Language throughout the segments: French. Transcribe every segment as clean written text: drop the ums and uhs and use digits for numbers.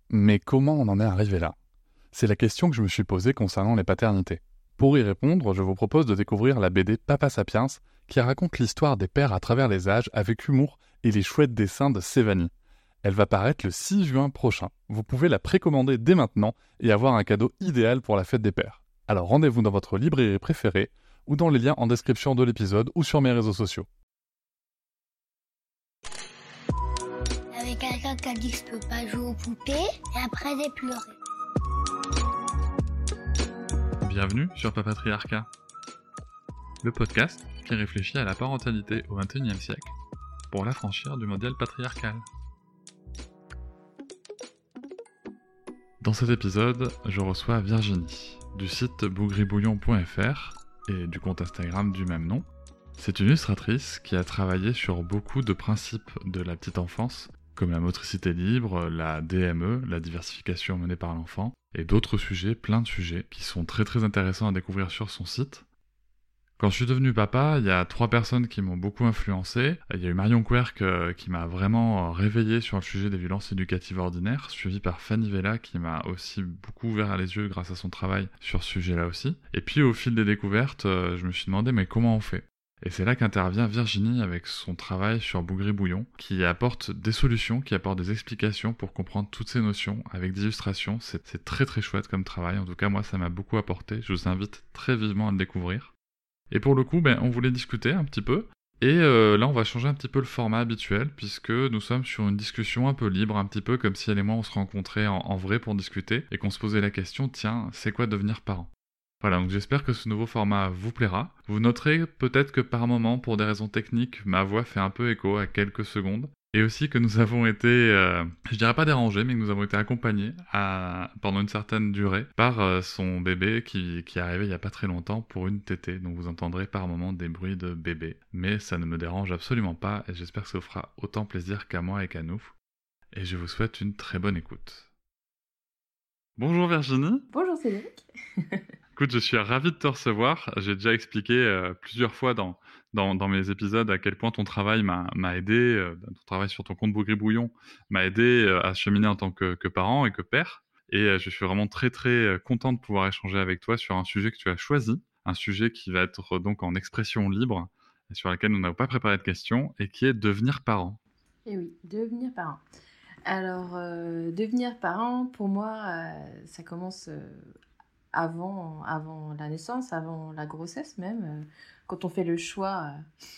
Mais comment on en est arrivé là? C'est la question que je me suis posée concernant les paternités. Pour y répondre, je vous propose de découvrir la BD Papa Sapiens, qui raconte l'histoire des pères à travers les âges avec humour et les chouettes dessins de Sévanie. Elle va paraître le 6 juin prochain. Vous pouvez la précommander dès maintenant et avoir un cadeau idéal pour la fête des pères. Alors rendez-vous dans votre librairie préférée ou dans les liens en description de l'épisode ou sur mes réseaux sociaux. Avec quelqu'un qui a dit que je peux pas jouer aux poupées et après j'ai pleuré. Bienvenue sur Papatriarcat, le podcast qui réfléchit à la parentalité au XXIe siècle pour l'affranchir du modèle patriarcal. Dans cet épisode, je reçois Virginie, du site bougribouillon.fr et du compte Instagram du même nom. C'est une illustratrice qui a travaillé sur beaucoup de principes de la petite enfance, comme la motricité libre, la DME, la diversification menée par l'enfant, et d'autres sujets, plein de sujets, qui sont très très intéressants à découvrir sur son site. Quand je suis devenu papa, il y a 3 personnes qui m'ont beaucoup influencé. Il y a eu Marion Querc qui m'a vraiment réveillé sur le sujet des violences éducatives ordinaires, suivi par Fanny Vella qui m'a aussi beaucoup ouvert les yeux grâce à son travail sur ce sujet-là aussi. Et puis au fil des découvertes, je me suis demandé mais comment on fait ? Et c'est là qu'intervient Virginie avec son travail sur Bougribouillon, qui apporte des solutions, qui apporte des explications pour comprendre toutes ces notions avec des illustrations. C'est très très chouette comme travail, en tout cas moi ça m'a beaucoup apporté, je vous invite très vivement à le découvrir. Et pour le coup, on voulait discuter un petit peu. Et là, on va changer un petit peu le format habituel, puisque nous sommes sur une discussion un peu libre, un petit peu comme si elle et moi, on se rencontrait en vrai pour discuter, et qu'on se posait la question, tiens, c'est quoi devenir parent ? Voilà, donc j'espère que ce nouveau format vous plaira. Vous noterez peut-être que par moment, pour des raisons techniques, ma voix fait un peu écho à quelques secondes. Et aussi que nous avons été, je dirais pas dérangés, mais que nous avons été accompagnés pendant une certaine durée par son bébé qui est arrivé il y a pas très longtemps pour une tétée. Donc vous entendrez par moments des bruits de bébé. Mais ça ne me dérange absolument pas et j'espère que ça vous fera autant plaisir qu'à moi et qu'à nous. Et je vous souhaite une très bonne écoute. Bonjour Virginie. Bonjour Cédric. Écoute, je suis ravi de te recevoir. J'ai déjà expliqué plusieurs fois dans mes épisodes à quel point ton travail m'a aidé, ton travail sur ton compte Bougribouillon m'a aidé à cheminer en tant que parent et que père. Et je suis vraiment très très content de pouvoir échanger avec toi sur un sujet que tu as choisi, un sujet qui va être donc en expression libre, et sur laquelle nous n'avons pas préparé de questions, et qui est devenir parent. Et oui, devenir parent. Alors, devenir parent, pour moi, ça commence avant la naissance, avant la grossesse même. Quand on fait le choix,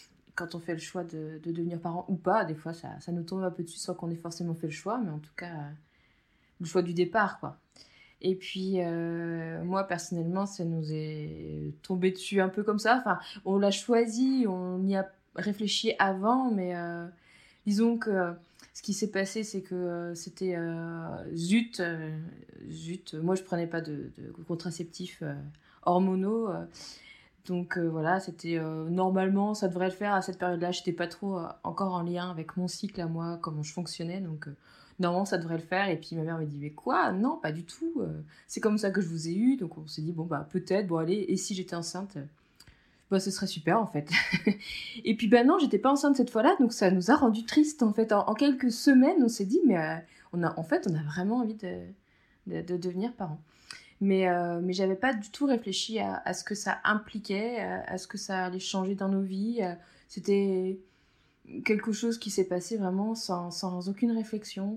de devenir parent ou pas, des fois ça nous tombe un peu dessus sans qu'on ait forcément fait le choix, mais en tout cas, le choix du départ, quoi. Et puis, moi, personnellement, ça nous est tombé dessus un peu comme ça. Enfin, on l'a choisi, on y a réfléchi avant, mais disons que ce qui s'est passé, c'est que c'était zut. Moi, je prenais pas de contraceptifs hormonaux. Donc voilà, c'était normalement, ça devrait le faire à cette période-là. Je n'étais pas trop encore en lien avec mon cycle à moi, comment je fonctionnais. Donc normalement, ça devrait le faire. Et puis ma mère me dit, mais quoi? Non, pas du tout. C'est comme ça que je vous ai eu. Donc on s'est dit, bon, bah peut-être, bon, allez, et si j'étais enceinte bah, ce serait super en fait. Et puis non, j'étais pas enceinte cette fois-là, donc ça nous a rendu tristes en fait. En quelques semaines, on s'est dit, mais on a vraiment envie de devenir parents. Mais j'avais pas du tout réfléchi à ce que ça impliquait, à ce que ça allait changer dans nos vies. C'était quelque chose qui s'est passé vraiment sans aucune réflexion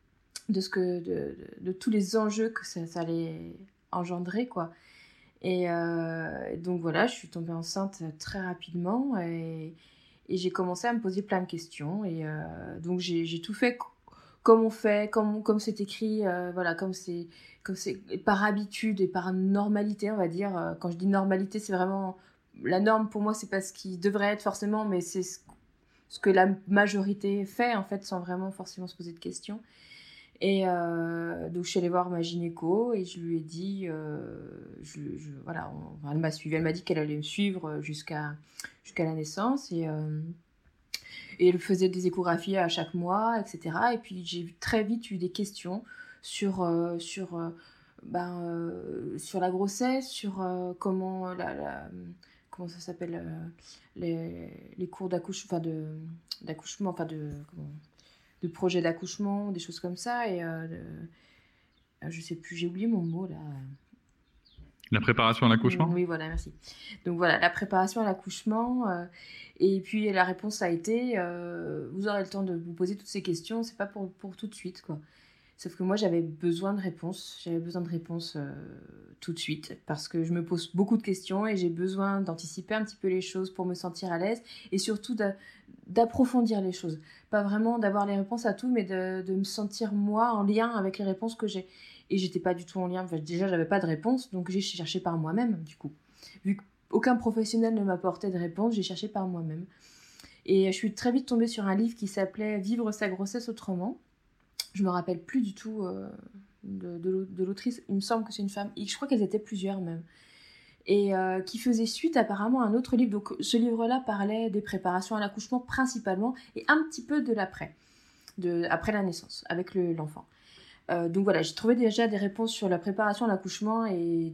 de tous les enjeux que ça allait engendrer, quoi. Et donc voilà, je suis tombée enceinte très rapidement et j'ai commencé à me poser plein de questions. Et donc j'ai tout fait comme on fait, comme c'est écrit, voilà, comme c'est par habitude et par normalité, on va dire. Quand je dis normalité, c'est vraiment la norme pour moi, c'est pas ce qui devrait être forcément, mais c'est ce que la majorité fait en fait, sans vraiment forcément se poser de questions. Et donc je suis allée voir ma gynéco et je lui ai dit, voilà, elle m'a suivie, elle m'a dit qu'elle allait me suivre jusqu'à la naissance et elle faisait des échographies à chaque mois, etc. Et puis j'ai très vite eu des questions sur la grossesse, sur comment comment ça s'appelle, les cours d'accouchement, de projet d'accouchement, des choses comme ça. Je sais plus, j'ai oublié mon mot là. La préparation à l'accouchement ? Oui, voilà, merci. Donc voilà, la préparation à l'accouchement. Et puis la réponse a été vous aurez le temps de vous poser toutes ces questions, c'est pas pour tout de suite, quoi. Sauf que moi, j'avais besoin de réponses. J'avais besoin de réponses tout de suite parce que je me pose beaucoup de questions et j'ai besoin d'anticiper un petit peu les choses pour me sentir à l'aise et surtout d'approfondir les choses. Pas vraiment d'avoir les réponses à tout, mais de me sentir, moi, en lien avec les réponses que j'ai. Et j'étais pas du tout en lien. Enfin, déjà, j'avais pas de réponse, donc j'ai cherché par moi-même, du coup. Vu qu'aucun professionnel ne m'apportait de réponse, j'ai cherché par moi-même. Et je suis très vite tombée sur un livre qui s'appelait « Vivre sa grossesse autrement ». Je me rappelle plus du tout de l'autrice. Il me semble que c'est une femme. Et je crois qu'elles étaient plusieurs même. Et qui faisait suite apparemment à un autre livre. Donc ce livre-là parlait des préparations à l'accouchement principalement et un petit peu de l'après, après la naissance, avec l'enfant. Donc voilà, j'ai trouvé déjà des réponses sur la préparation à l'accouchement et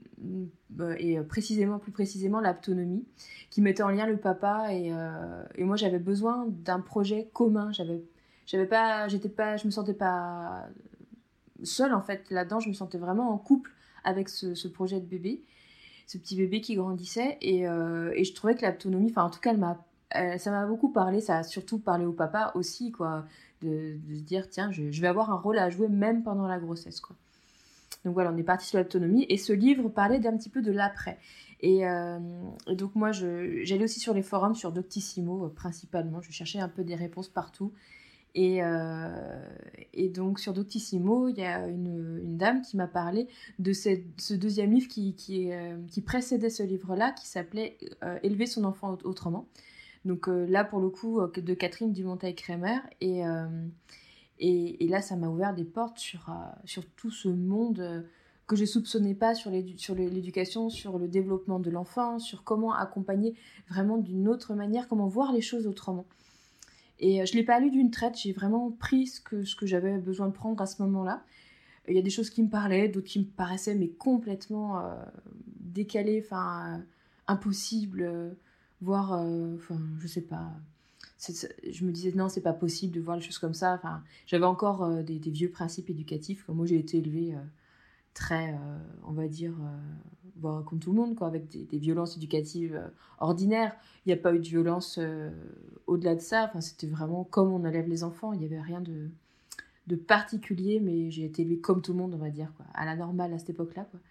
plus précisément l'autonomie, qui mettait en lien le papa et moi j'avais besoin d'un projet commun. Je me sentais pas seule en fait là-dedans, je me sentais vraiment en couple avec ce projet de bébé, ce petit bébé qui grandissait et je trouvais que l'autonomie, enfin en tout cas ça m'a beaucoup parlé, ça a surtout parlé au papa aussi, quoi, de se dire tiens je vais avoir un rôle à jouer même pendant la grossesse, quoi. Donc voilà, on est parti sur l'autonomie et ce livre parlait d'un petit peu de l'après. Et donc moi j'allais aussi sur les forums, sur Doctissimo principalement, je cherchais un peu des réponses partout. Et donc sur Doctissimo, il y a une dame qui m'a parlé de ce deuxième livre qui précédait ce livre-là, qui s'appelait Élever son enfant autrement. Donc là, pour le coup, de Catherine Dumonteil-Crémer. Et là, ça m'a ouvert des portes sur tout ce monde que je ne soupçonnais pas sur l'éducation, sur le développement de l'enfant, sur comment accompagner vraiment d'une autre manière, comment voir les choses autrement. Et je ne l'ai pas lu d'une traite, j'ai vraiment pris ce que j'avais besoin de prendre à ce moment-là. Il y a des choses qui me parlaient, d'autres qui me paraissaient mais complètement décalées, impossibles, voire, je sais pas. Je me disais non, c'est pas possible de voir les choses comme ça. J'avais encore des vieux principes éducatifs. Comme moi, j'ai été élevée très, on va dire, comme tout le monde, quoi, avec des violences éducatives ordinaires. Il n'y a pas eu de violence au-delà de ça. C'était vraiment comme on élève les enfants. Il n'y avait rien de particulier, mais j'ai été élevée comme tout le monde, on va dire, quoi, à la normale à cette époque-là, quoi.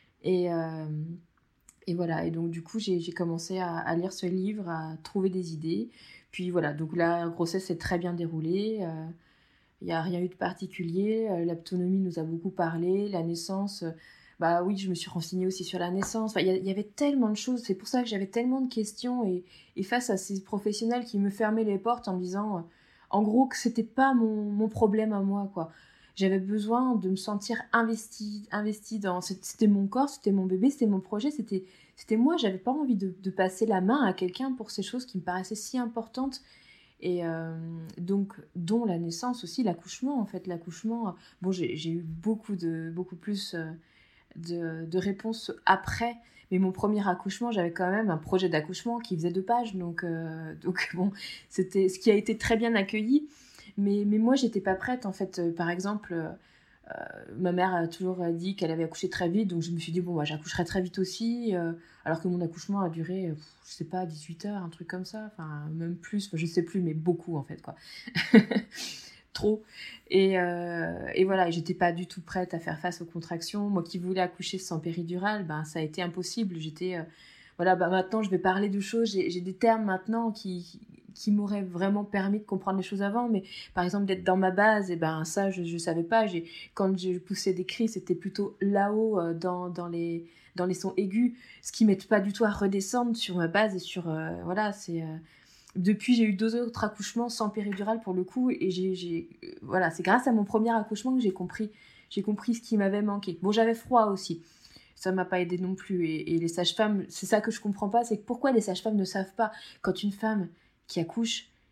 Et voilà, et donc du coup j'ai commencé à lire ce livre, à trouver des idées. Puis voilà, donc la grossesse s'est très bien déroulée, il n'y a rien eu de particulier, l'autonomie nous a beaucoup parlé, la naissance, bah oui, je me suis renseignée aussi sur la naissance. Il y avait tellement de choses, c'est pour ça que j'avais tellement de questions, et face à ces professionnels qui me fermaient les portes en me disant en gros que c'était pas mon problème à moi, quoi. J'avais besoin de me sentir investie dans... C'était mon corps, c'était mon bébé, c'était mon projet, c'était moi. J'avais pas envie de passer la main à quelqu'un pour ces choses qui me paraissaient si importantes. Et donc, dont la naissance aussi, l'accouchement, en fait. L'accouchement, bon, j'ai eu beaucoup plus de réponses après. Mais mon premier accouchement, j'avais quand même un projet d'accouchement qui faisait 2 pages. Donc bon, c'était ce qui a été très bien accueilli. Mais moi, j'étais pas prête, en fait. Par exemple, ma mère a toujours dit qu'elle avait accouché très vite, donc je me suis dit, bon, bah, j'accoucherai très vite aussi, alors que mon accouchement a duré, je sais pas, 18 heures, un truc comme ça, même plus, je sais plus, mais beaucoup, en fait, quoi. Trop. Et voilà, et j'étais pas du tout prête à faire face aux contractions. Moi qui voulais accoucher sans péridurale, ben, ça a été impossible. Voilà, maintenant, je vais parler de choses, j'ai des termes maintenant qui m'aurait vraiment permis de comprendre les choses avant, mais par exemple d'être dans ma base, et ben ça je savais pas. Quand je poussais des cris, c'était plutôt là-haut dans les sons aigus, ce qui m'aide pas du tout à redescendre sur ma base. Et voilà, c'est depuis j'ai eu 2 autres accouchements sans péridurale pour le coup, et voilà, c'est grâce à mon premier accouchement que j'ai compris ce qui m'avait manqué. Bon, j'avais froid aussi, ça m'a pas aidé non plus, et les sages-femmes, c'est ça que je comprends pas, c'est pourquoi les sages-femmes ne savent pas quand une femme qui accouche,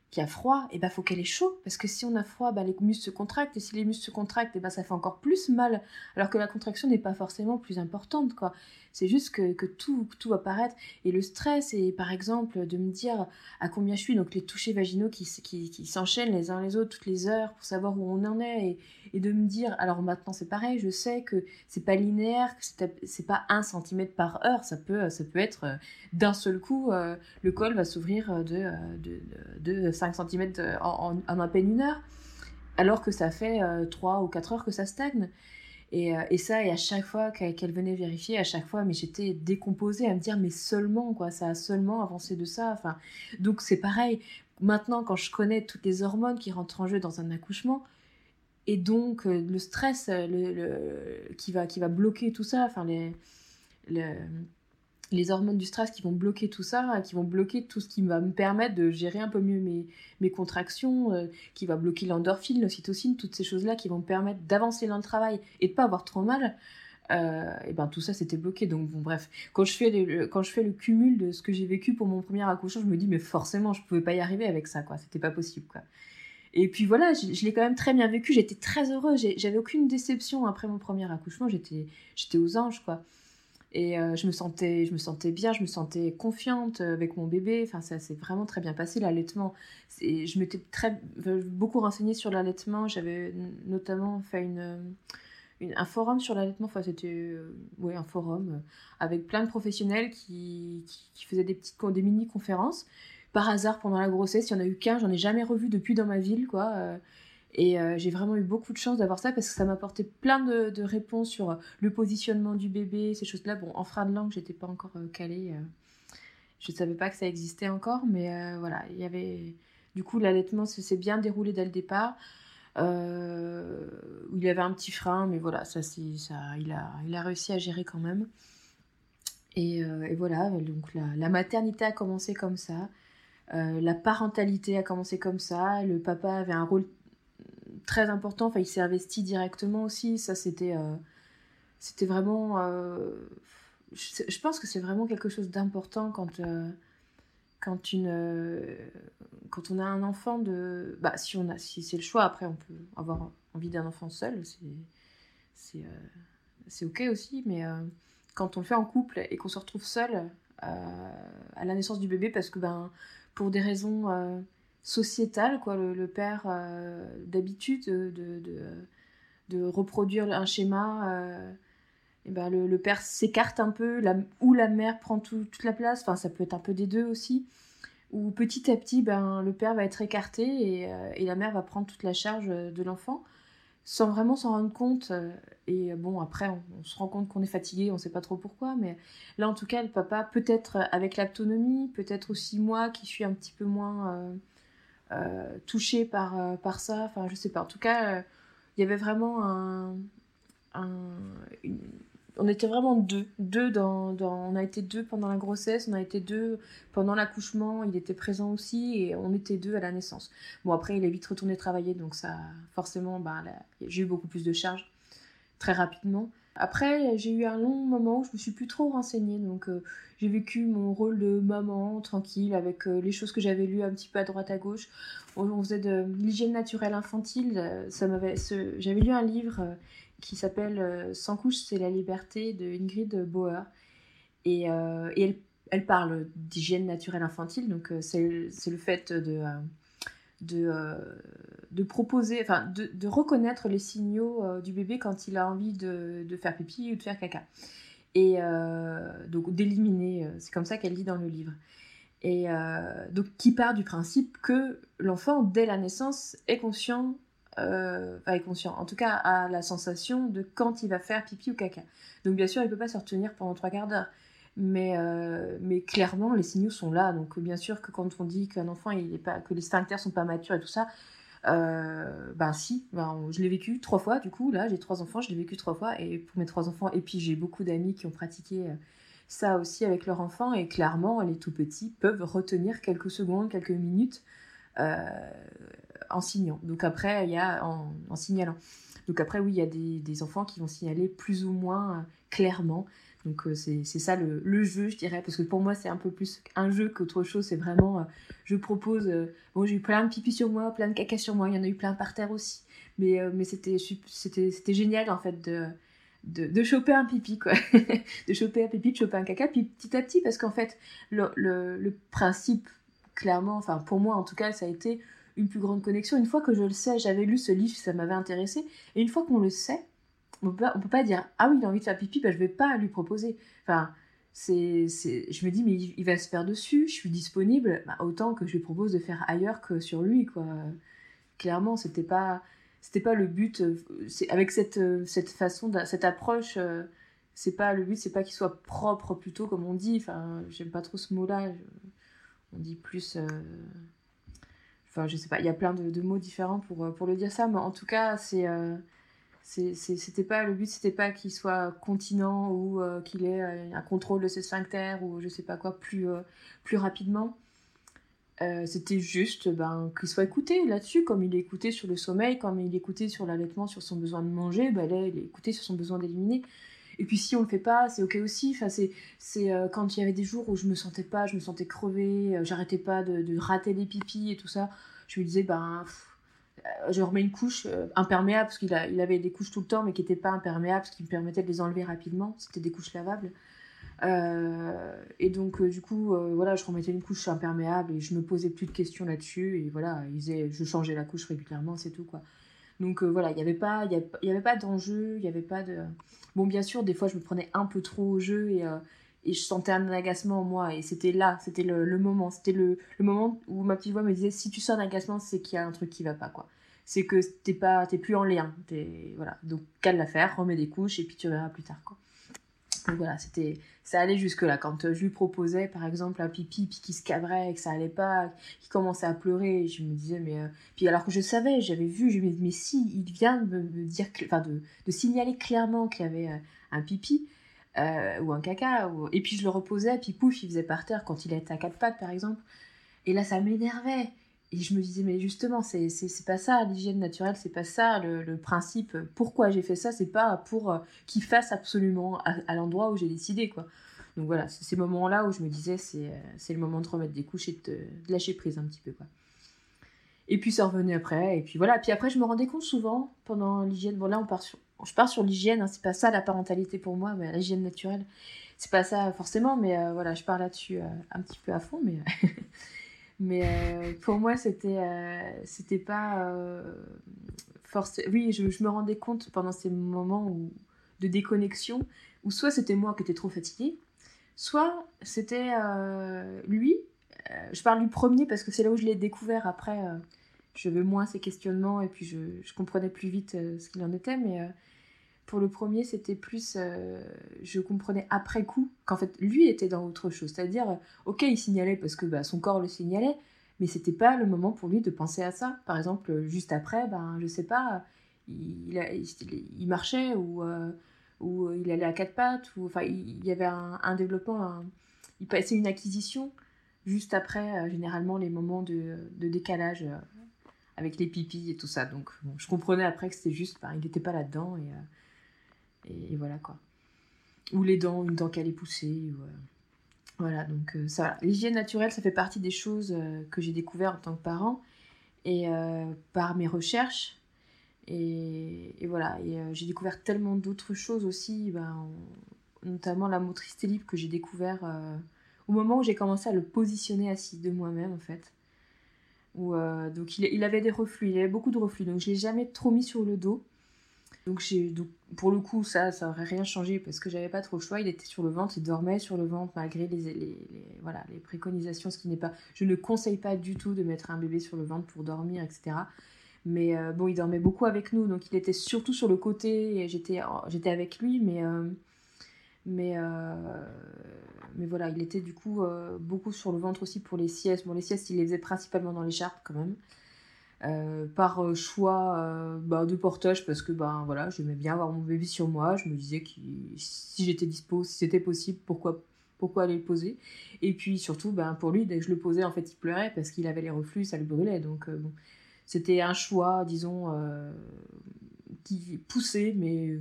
qui a froid, et ben faut qu'elle ait chaud, parce que si on a froid, les muscles se contractent, et si les muscles se contractent, et ben ça fait encore plus mal, alors que la contraction n'est pas forcément plus importante, quoi. C'est juste que tout va paraître. Et le stress, et par exemple, de me dire à combien je suis, donc les touchés vaginaux qui s'enchaînent les uns les autres toutes les heures pour savoir où on en est, et de me dire, alors maintenant c'est pareil, je sais que c'est pas linéaire, que c'est pas 1 cm par heure, ça peut être d'un seul coup, le col va s'ouvrir de 5 cm en à peine 1 heure, alors que ça fait 3 ou 4 heures que ça stagne. Et ça, et à chaque fois qu'elle venait vérifier, à chaque fois, mais j'étais décomposée à me dire, mais seulement, quoi, ça a seulement avancé de ça. Enfin, donc c'est pareil. Maintenant, quand je connais toutes les hormones qui rentrent en jeu dans un accouchement, et donc le stress qui va bloquer tout ça, enfin les hormones du stress qui vont bloquer tout ça, qui vont bloquer tout ce qui va me permettre de gérer un peu mieux mes contractions, qui va bloquer l'endorphine, l'ocytocine, toutes ces choses-là qui vont me permettre d'avancer dans le travail et de pas avoir trop mal, et ben tout ça c'était bloqué. Donc bon, bref, quand je fais le cumul de ce que j'ai vécu pour mon premier accouchement, je me dis mais forcément je pouvais pas y arriver avec ça, quoi, c'était pas possible, quoi. Et puis voilà, je l'ai quand même très bien vécu, j'étais très heureuse, j'avais aucune déception après mon premier accouchement, j'étais aux anges, quoi. Et je me sentais bien, je me sentais confiante avec mon bébé. Enfin, ça s'est vraiment très bien passé, l'allaitement. Je m'étais beaucoup renseignée sur l'allaitement. J'avais notamment fait un forum sur l'allaitement. Enfin, c'était un forum avec plein de professionnels qui faisaient des mini-conférences. Par hasard, pendant la grossesse, il y en a eu qu'un. J'en ai jamais revu depuis dans ma ville, quoi. Et j'ai vraiment eu beaucoup de chance d'avoir ça parce que ça m'apportait plein de réponses sur le positionnement du bébé, ces choses-là. Bon, en frein de langue, j'étais pas encore calée. Je ne savais pas que ça existait encore, mais voilà, il y avait... Du coup, l'allaitement s'est bien déroulé dès le départ. Il y avait un petit frein, mais voilà, il a réussi à gérer quand même. Et voilà, donc la maternité a commencé comme ça. La parentalité a commencé comme ça. Le papa avait un rôle très important, enfin il s'est investi directement aussi, ça c'était vraiment je pense que c'est vraiment quelque chose d'important quand on a un enfant si c'est le choix, après on peut avoir envie d'un enfant seul, c'est ok aussi, mais quand on le fait en couple et qu'on se retrouve seul à la naissance du bébé parce que pour des raisons sociétale, quoi, le père d'habitude de reproduire un schéma, et le père s'écarte un peu, ou la mère prend toute la place, enfin ça peut être un peu des deux aussi, ou petit à petit le père va être écarté et la mère va prendre toute la charge de l'enfant sans vraiment s'en rendre compte, et bon après on se rend compte qu'on est fatigué, on sait pas trop pourquoi, mais là en tout cas le papa, peut-être avec l'autonomie, peut-être aussi moi qui suis un petit peu moins touchée par ça, enfin je sais pas, en tout cas il y avait vraiment on était vraiment deux on a été deux pendant la grossesse, on a été deux pendant l'accouchement, il était présent aussi, et on était deux à la naissance. Bon après il est vite retourné travailler, donc ça forcément j'ai eu beaucoup plus de charges très rapidement. Après, j'ai eu un long moment où je me suis plus trop renseignée, donc j'ai vécu mon rôle de maman tranquille avec les choses que j'avais lues un petit peu à droite à gauche. On faisait de l'hygiène naturelle infantile, j'avais lu un livre qui s'appelle Sans couche, c'est la liberté, de Ingrid Bauer, et elle parle d'hygiène naturelle infantile, donc c'est le fait de proposer, enfin de reconnaître les signaux du bébé quand il a envie de faire pipi ou de faire caca, et donc d'éliminer, c'est comme ça qu'elle dit dans le livre, et donc qui part du principe que l'enfant dès la naissance est conscient, en tout cas a la sensation de quand il va faire pipi ou caca. Donc bien sûr il peut pas se retenir pendant 3/4 d'heure, mais clairement les signaux sont là. Donc bien sûr que quand on dit qu'un enfant que les sphincters sont pas matures et tout ça, je l'ai vécu 3 fois, du coup là j'ai 3 enfants, je l'ai vécu 3 fois, et pour mes 3 enfants, et puis j'ai beaucoup d'amis qui ont pratiqué ça aussi avec leurs enfants, et clairement les tout petits peuvent retenir quelques secondes, quelques minutes en signant. Donc après il y a en signalant. Donc après oui, il y a des enfants qui vont signaler plus ou moins clairement. Donc c'est ça le jeu, je dirais, parce que pour moi c'est un peu plus un jeu qu'autre chose. C'est vraiment, je propose, bon, j'ai eu plein de pipi sur moi, plein de caca sur moi, il y en a eu plein par terre aussi, mais c'était génial en fait de choper un pipi, quoi. De choper un pipi, de choper un caca, puis petit à petit, parce qu'en fait le principe, clairement, enfin pour moi en tout cas, ça a été une plus grande connexion. Une fois que je le sais, j'avais lu ce livre, ça m'avait intéressé, et une fois qu'on le sait, on peut pas dire ah oui, il a envie de faire pipi, bah, je vais pas lui proposer. Enfin, je me dis mais il va se faire dessus, je suis disponible, bah, autant que je lui propose de faire ailleurs que sur lui, quoi. Clairement, c'était pas le but. Avec cette façon, cette approche, c'est pas le but, c'est pas qu'il soit propre plutôt, comme on dit. Enfin, j'aime pas trop ce mot-là. On dit plus. Enfin, je sais pas. Il y a plein de mots différents pour le dire ça, mais en tout cas, c'était pas le but, c'était pas qu'il soit continent ou qu'il ait un contrôle de ses sphincters ou je sais pas quoi plus rapidement. C'était juste qu'il soit écouté là-dessus, comme il est écouté sur le sommeil, comme il est écouté sur l'allaitement, sur son besoin de manger, là il est écouté sur son besoin d'éliminer. Et puis si on le fait pas, c'est ok aussi. Enfin, c'est quand il y avait des jours où je me sentais crevée, j'arrêtais pas de rater les pipis et tout ça, je me disais je remets une couche imperméable, parce qu'il avait des couches tout le temps mais qui n'étaient pas imperméables, ce qui me permettait de les enlever rapidement, c'était des couches lavables. Et donc du coup voilà, je remettais une couche imperméable et je me posais plus de questions là-dessus, et voilà, je changeais la couche régulièrement, c'est tout, quoi. Donc voilà, il y avait pas d'enjeu, il y avait pas de... Bon, bien sûr, des fois je me prenais un peu trop au jeu et je sentais un agacement en moi, et c'était le moment, c'était le moment où ma petite voix me disait si tu sens un agacement, c'est qu'il y a un truc qui va pas, quoi. C'est que t'es plus en lien, voilà. Donc cale l'affaire, remets des couches et puis tu verras plus tard, quoi. Donc voilà, ça allait jusque là. Quand je lui proposais par exemple un pipi puis qu'il se cabrait et que ça allait pas, qu'il commençait à pleurer, je me disais mais puis alors que je savais, j'avais vu, je me disais mais si il vient de me dire, enfin de signaler clairement qu'il y avait un pipi ou un caca, et puis je le reposais, puis pouf, il faisait par terre quand il était à quatre pattes par exemple, et là ça m'énervait. Et je me disais, mais justement, c'est pas ça, l'hygiène naturelle, c'est pas ça le principe. Pourquoi j'ai fait ça, c'est pas pour qu'il fasse absolument à l'endroit où j'ai décidé, quoi. Donc voilà, c'est ces moments-là où je me disais, c'est le moment de remettre des couches et de lâcher prise un petit peu, quoi. Et puis ça revenait après, et puis voilà. Puis après, je me rendais compte souvent, pendant l'hygiène, bon là, je pars sur l'hygiène, hein, c'est pas ça la parentalité pour moi, mais l'hygiène naturelle, c'est pas ça forcément, mais voilà, je pars là-dessus un petit peu à fond, mais... Mais pour moi, c'était pas forcément... Oui, je me rendais compte pendant ces moments de déconnexion, où soit c'était moi qui étais trop fatiguée, soit c'était lui. Je parle du premier parce que c'est là où je l'ai découvert. Après, je veux moins ces questionnements, et puis je comprenais plus vite ce qu'il en était, mais... Pour le premier, c'était plus... je comprenais après coup qu'en fait, lui était dans autre chose. C'est-à-dire, ok, il signalait parce que son corps le signalait, mais c'était pas le moment pour lui de penser à ça. Par exemple, juste après, je sais pas, il marchait ou il allait à quatre pattes, ou enfin, il y avait un développement, il passait une acquisition juste après, généralement, les moments de décalage avec les pipis et tout ça. Donc, bon, je comprenais après que c'était juste, il n'était pas là-dedans, et voilà, quoi. Ou une dent qui allait pousser, voilà, donc ça, voilà. L'hygiène naturelle, ça fait partie des choses que j'ai découvert en tant que parent, et par mes recherches, et voilà, et j'ai découvert tellement d'autres choses aussi, notamment la motricité libre que j'ai découvert au moment où j'ai commencé à le positionner assis de moi-même, en fait. Donc il avait des reflux, il avait beaucoup de reflux, donc je l'ai jamais trop mis sur le dos. Donc pour le coup, ça aurait rien changé parce que j'avais pas trop le choix. Il était sur le ventre, il dormait sur le ventre malgré les préconisations, ce qui n'est pas... Je ne conseille pas du tout de mettre un bébé sur le ventre pour dormir, etc. Mais bon, il dormait beaucoup avec nous, donc il était surtout sur le côté, et j'étais avec lui, mais voilà, il était du coup beaucoup sur le ventre aussi pour les siestes. Bon, les siestes, il les faisait principalement dans l'écharpe quand même. Par choix de portage, parce que voilà, j'aimais bien avoir mon bébé sur moi. Je me disais que si j'étais dispo, si c'était possible, pourquoi aller le poser. Et puis surtout pour lui, dès que je le posais, en fait il pleurait parce qu'il avait les reflux, ça le brûlait. Donc bon, c'était un choix, disons, qui poussait, mais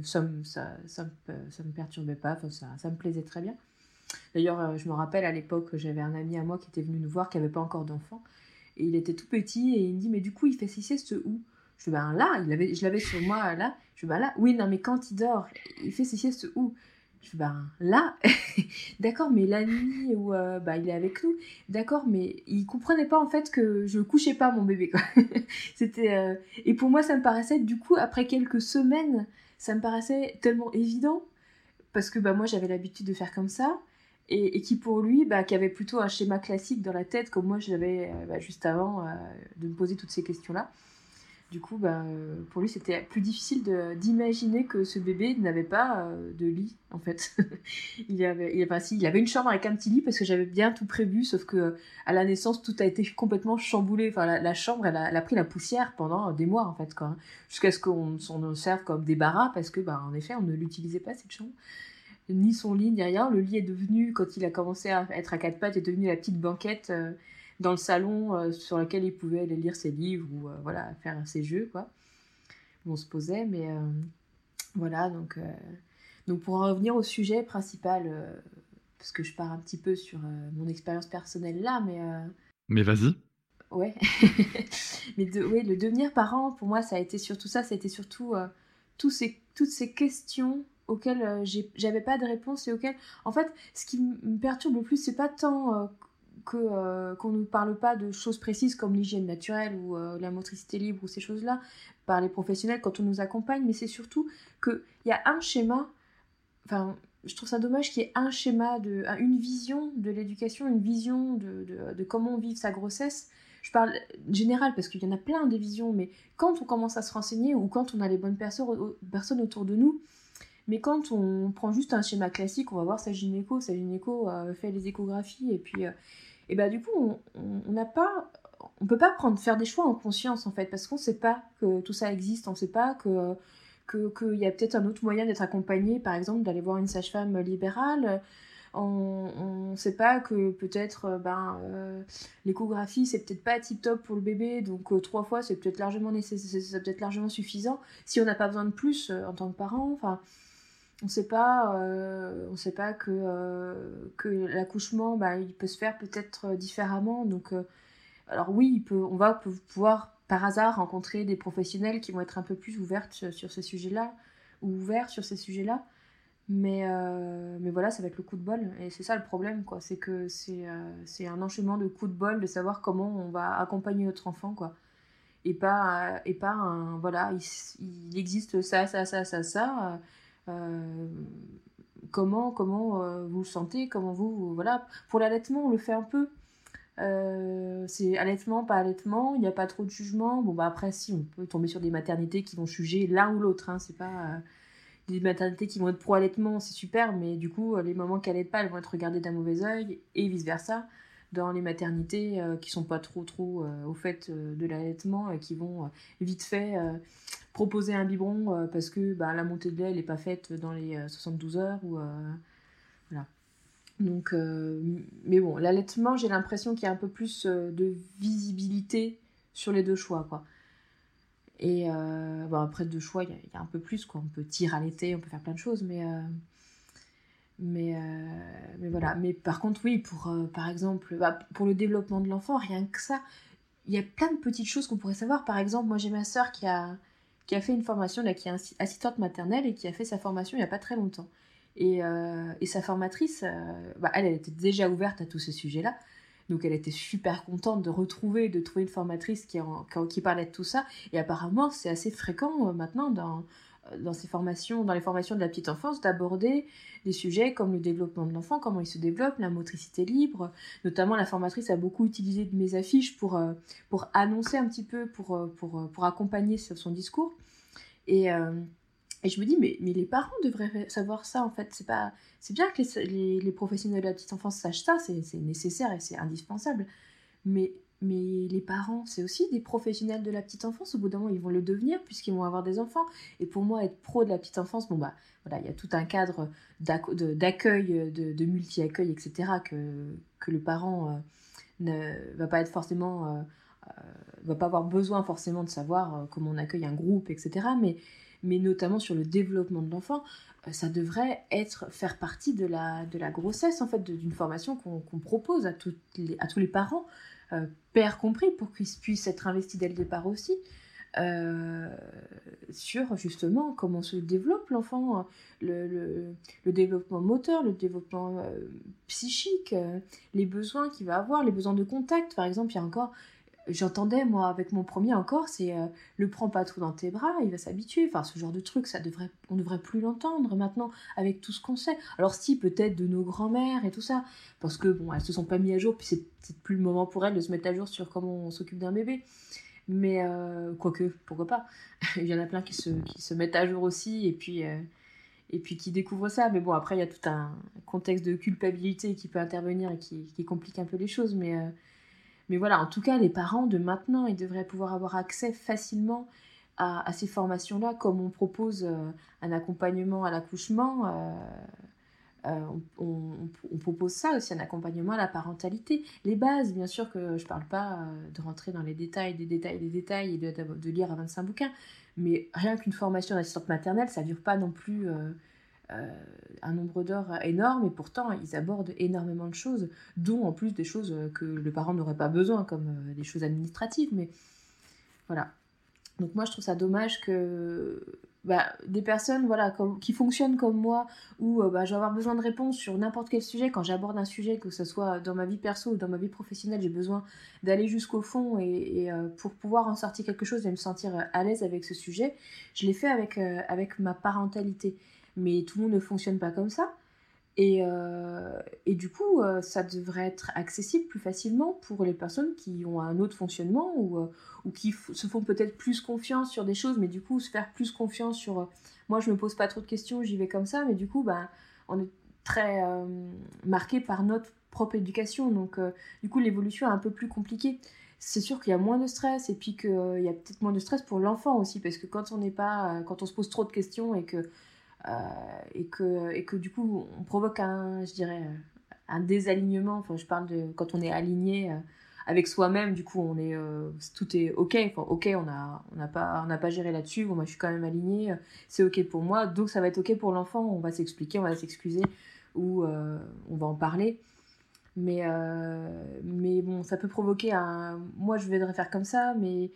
ça me perturbait pas, enfin, ça me plaisait très bien. D'ailleurs, je me rappelle à l'époque, j'avais un ami à moi qui était venu nous voir, qui n'avait pas encore d'enfant, et il était tout petit, et il me dit, mais du coup, il fait ses siestes où? Je fais, ben là, je l'avais sur moi, là. Je fais, ben là, oui, non, mais quand il dort, il fait ses siestes où? Je fais, ben là, d'accord, mais la nuit où bah, il est avec nous, d'accord, mais il comprenait pas en fait que je couchais pas mon bébé, quoi. Et pour moi, ça me paraissait, du coup, après quelques semaines, ça me paraissait tellement évident, parce que bah, moi, j'avais l'habitude de faire comme ça, et qui pour lui, bah, qui avait plutôt un schéma classique dans la tête, comme moi, je l'avais bah, juste avant de me poser toutes ces questions-là. Du coup, bah, pour lui, c'était plus difficile d'imaginer que ce bébé n'avait pas de lit, en fait. Il avait une chambre avec un petit lit parce que j'avais bien tout prévu, sauf que à la naissance, tout a été complètement chamboulé. Enfin, la chambre, elle a pris la poussière pendant des mois, en fait, quoi, hein, jusqu'à ce qu'on s'en serve comme débarras parce que, bah, en effet, on ne l'utilisait pas, cette chambre. Ni son lit, ni rien. Le lit est devenu, quand il a commencé à être à quatre pattes, est devenu la petite banquette dans le salon sur laquelle il pouvait aller lire ses livres ou voilà, faire ses jeux, quoi. Où on se posait, mais voilà, donc pour en revenir au sujet principal, parce que je pars un petit peu sur mon expérience personnelle là, Mais vas-y. Ouais. Ouais, le devenir parent, pour moi, ça a été surtout ça, ça a été surtout toutes ces questions auxquelles j'avais pas de réponse et auxquelles, en fait, ce qui me perturbe le plus, c'est pas tant qu'on ne parle pas de choses précises comme l'hygiène naturelle ou la motricité libre ou ces choses-là par les professionnels quand on nous accompagne, mais c'est surtout qu'il y a un schéma, enfin, je trouve ça dommage qu'il y ait un schéma, une vision de l'éducation, une vision de comment vivre sa grossesse. Je parle général parce qu'il y en a plein des visions, mais quand on commence à se renseigner ou quand on a les bonnes personnes autour de nous, mais quand on prend juste un schéma classique, on va voir sa gynéco fait les échographies et puis et bah du coup on peut pas faire des choix en conscience en fait parce qu'on sait pas que tout ça existe, on sait pas qu'il y a peut-être un autre moyen d'être accompagné, par exemple d'aller voir une sage-femme libérale. On ne sait pas que peut-être l'échographie c'est peut-être pas tip top pour le bébé, donc 3 fois c'est peut-être largement c'est peut-être largement suffisant si on n'a pas besoin de plus en tant que parent. Enfin, on sait pas que l'accouchement bah, il peut se faire peut-être différemment. Donc alors oui, on va pouvoir par hasard rencontrer des professionnels qui vont être un peu plus ouverts sur ces sujets-là ou ouverts sur ces sujets-là. Mais voilà, ça va être le coup de bol. Et c'est ça le problème, quoi. C'est que c'est un enchaînement de coups de bol de savoir comment on va accompagner notre enfant, quoi. Et pas un... Voilà, il existe ça. Comment vous le sentez, comment voilà. Pour l'allaitement, on le fait un peu. C'est allaitement, pas allaitement, il n'y a pas trop de jugement. Bon, bah après, si, on peut tomber sur des maternités qui vont juger l'un ou l'autre, hein. C'est pas... des maternités qui vont être pro-allaitement, c'est super, mais du coup, les mamans qui allaitent pas, elles vont être regardées d'un mauvais œil, et vice-versa, dans les maternités qui sont pas trop au fait de l'allaitement, et qui vont vite fait proposer un biberon parce que bah, la montée de lait, elle n'est pas faite dans les 72 heures, ou voilà. Donc, mais bon, l'allaitement, j'ai l'impression qu'il y a un peu plus de visibilité sur les deux choix, quoi. Et bon, après deux choix, il y a un peu plus, quoi. On peut tirer à l'été, on peut faire plein de choses, mais voilà. Mais par contre, oui, par exemple, bah, pour le développement de l'enfant, rien que ça, il y a plein de petites choses qu'on pourrait savoir. Par exemple, moi j'ai ma sœur qui a fait une formation, là, qui est assistante maternelle et qui a fait sa formation il n'y a pas très longtemps. Et sa formatrice, bah, elle était déjà ouverte à tous ces sujets-là. Donc elle était super contente de trouver une formatrice qui parlait de tout ça. Et apparemment, c'est assez fréquent maintenant dans les formations de la petite enfance d'aborder des sujets comme le développement de l'enfant, comment il se développe, la motricité libre. Notamment, la formatrice a beaucoup utilisé de mes affiches pour annoncer un petit peu, pour accompagner son discours. Et je me dis, mais les parents devraient savoir ça, en fait. C'est bien que les professionnels de la petite enfance sachent ça, c'est nécessaire et c'est indispensable. Mais les parents, c'est aussi des professionnels de la petite enfance. Au bout d'un moment, ils vont le devenir puisqu'ils vont avoir des enfants. Et pour moi, être pro de la petite enfance, bon bah voilà, il y a tout un cadre d'accueil, de multi-accueil, etc. que le parent ne va pas être forcément... va pas avoir besoin forcément de savoir comment on accueille un groupe, etc. mais notamment sur le développement de l'enfant, ça devrait faire partie de la grossesse, en fait, d'une formation qu'on propose à tous les parents, pères compris, pour qu'ils puissent être investis dès le départ aussi, sur justement comment se développe l'enfant, le développement moteur, le développement psychique, les besoins qu'il va avoir, les besoins de contact. Par exemple, il y a encore, j'entendais moi avec mon premier encore, c'est le prends pas trop dans tes bras, il va s'habituer. Enfin, ce genre de truc, on devrait plus l'entendre maintenant avec tout ce qu'on sait. Alors si, peut-être de nos grands-mères et tout ça, parce que bon, elles se sont pas mis à jour, puis c'est plus le moment pour elles de se mettre à jour sur comment on s'occupe d'un bébé. Mais quoique, pourquoi pas. Il y en a plein qui se mettent à jour aussi et puis qui découvrent ça. Mais bon, après, il y a tout un contexte de culpabilité qui peut intervenir et qui complique un peu les choses. Mais voilà, en tout cas, les parents de maintenant, ils devraient pouvoir avoir accès facilement à ces formations-là, comme on propose un accompagnement à l'accouchement. On propose ça aussi, un accompagnement à la parentalité. Les bases, bien sûr que je ne parle pas de rentrer dans les détails et de lire à 25 bouquins, mais rien qu'une formation d'assistante maternelle, ça ne dure pas non plus un nombre d'heures énorme, et pourtant ils abordent énormément de choses, dont en plus des choses que le parent n'aurait pas besoin, comme des choses administratives, mais voilà. Donc moi je trouve ça dommage que des personnes qui fonctionnent comme moi, où je vais avoir besoin de réponses sur n'importe quel sujet, quand j'aborde un sujet, que ce soit dans ma vie perso ou dans ma vie professionnelle, j'ai besoin d'aller jusqu'au fond et pour pouvoir en sortir quelque chose et me sentir à l'aise avec ce sujet. Je l'ai fait avec ma parentalité, mais tout le monde ne fonctionne pas comme ça. Et du coup, ça devrait être accessible plus facilement pour les personnes qui ont un autre fonctionnement ou qui se font peut-être plus confiance sur des choses, mais du coup, se faire plus confiance sur... moi, je me pose pas trop de questions, j'y vais comme ça, mais du coup, on est très marqué par notre propre éducation. Donc, du coup, l'évolution est un peu plus compliquée. C'est sûr qu'il y a moins de stress, et puis qu'il y a peut-être moins de stress pour l'enfant aussi, parce que quand on se pose trop de questions et que du coup on provoque un désalignement. Enfin, je parle de quand on est aligné avec soi-même, du coup tout est ok. Enfin, ok, on n'a pas géré là-dessus, bon, moi je suis quand même alignée, c'est ok pour moi, donc ça va être ok pour l'enfant. On va s'expliquer, on va s'excuser, ou on va en parler. Mais bon, ça peut provoquer moi je voudrais faire comme ça, mais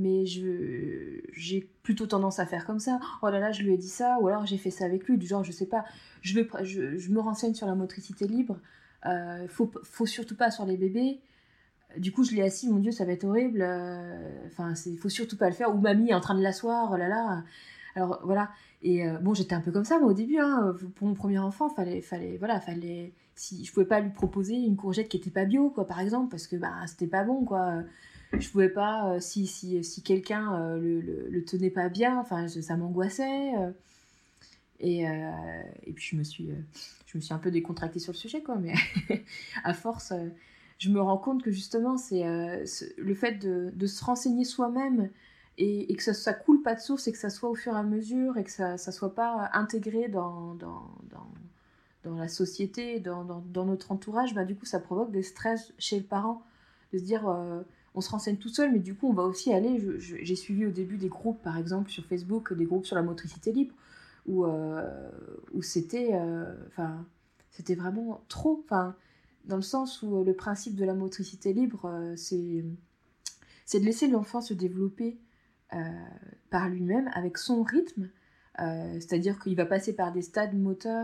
j'ai plutôt tendance à faire comme ça. Oh là là, je lui ai dit ça, ou alors j'ai fait ça avec lui, du genre, je sais pas, je me renseigne sur la motricité libre, faut surtout pas sur les bébés. Du coup, je l'ai assis, mon Dieu, ça va être horrible, faut surtout pas le faire, ou mamie est en train de l'asseoir, oh là là. Alors voilà, et bon, j'étais un peu comme ça, moi, au début, hein, pour mon premier enfant, fallait, si je pouvais pas lui proposer une courgette qui était pas bio, quoi, par exemple, parce que c'était pas bon, quoi. Je pouvais pas, si quelqu'un le tenait pas bien, ça m'angoissait, et puis je me suis un peu décontractée sur le sujet, quoi, mais à force, je me rends compte que justement c'est le fait de se renseigner soi-même, et que ça coule pas de source, et que ça soit au fur et à mesure, et que ça soit pas intégré dans la société, dans notre entourage, du coup ça provoque des stress chez le parent, de se dire on se renseigne tout seul, mais du coup on va aussi aller, j'ai suivi au début des groupes, par exemple sur Facebook, des groupes sur la motricité libre, où c'était vraiment trop, dans le sens où le principe de la motricité libre, c'est de laisser l'enfant se développer par lui-même, avec son rythme, c'est-à-dire qu'il va passer par des stades moteurs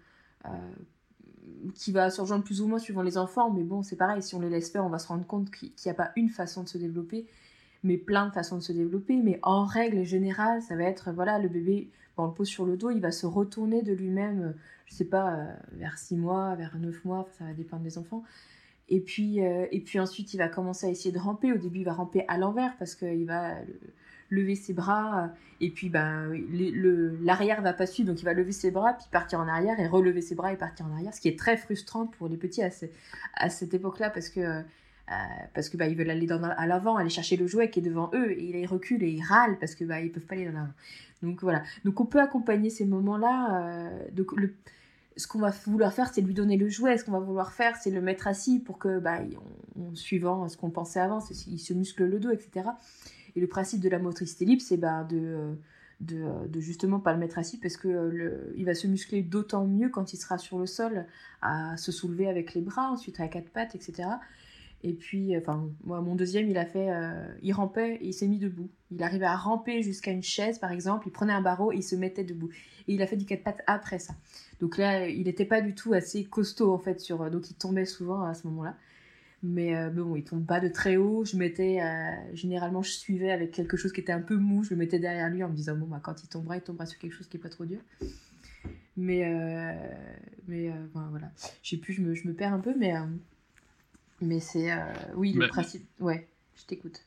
qui va se rejoindre plus ou moins suivant les enfants, mais bon, c'est pareil, si on les laisse faire, on va se rendre compte qu'il n'y a pas une façon de se développer, mais plein de façons de se développer. Mais en règle générale, ça va être, le bébé, on le pose sur le dos, il va se retourner de lui-même, je sais pas, vers 6 mois, vers 9 mois, ça va dépendre des enfants. Et puis ensuite, il va commencer à essayer de ramper. Au début, il va ramper à l'envers, parce qu'il va lever ses bras, et puis l'arrière va pas suivre, donc il va lever ses bras, puis partir en arrière, et relever ses bras et partir en arrière, ce qui est très frustrant pour les petits à cette époque-là, parce que ils veulent aller à l'avant, aller chercher le jouet qui est devant eux, et ils reculent et ils râlent parce que ils peuvent pas aller dans l'avant. Donc voilà, donc on peut accompagner ces moments-là. Ce qu'on va vouloir faire, c'est lui donner le jouet. Ce qu'on va vouloir faire, c'est le mettre assis pour que, suivant ce qu'on pensait avant, il se muscle le dos, etc. Et le principe de la motricité libre, c'est de justement pas le mettre assis parce que il va se muscler d'autant mieux quand il sera sur le sol, à se soulever avec les bras, ensuite à quatre pattes, etc. Et puis, moi, mon deuxième, il rampait et il s'est mis debout. Il arrivait à ramper jusqu'à une chaise, par exemple, il prenait un barreau et il se mettait debout. Et il a fait du quatre pattes après ça. Donc là, il n'était pas du tout assez costaud, en fait, donc il tombait souvent à ce moment-là. Mais bon, il tombe pas de très haut. Généralement, je suivais avec quelque chose qui était un peu mou. Je me mettais derrière lui en me disant, bon, bah, quand il tombera sur quelque chose qui est pas trop dur. Mais voilà. Je sais plus, je me perds un peu, mais c'est... oui, le principe... Ouais, je t'écoute.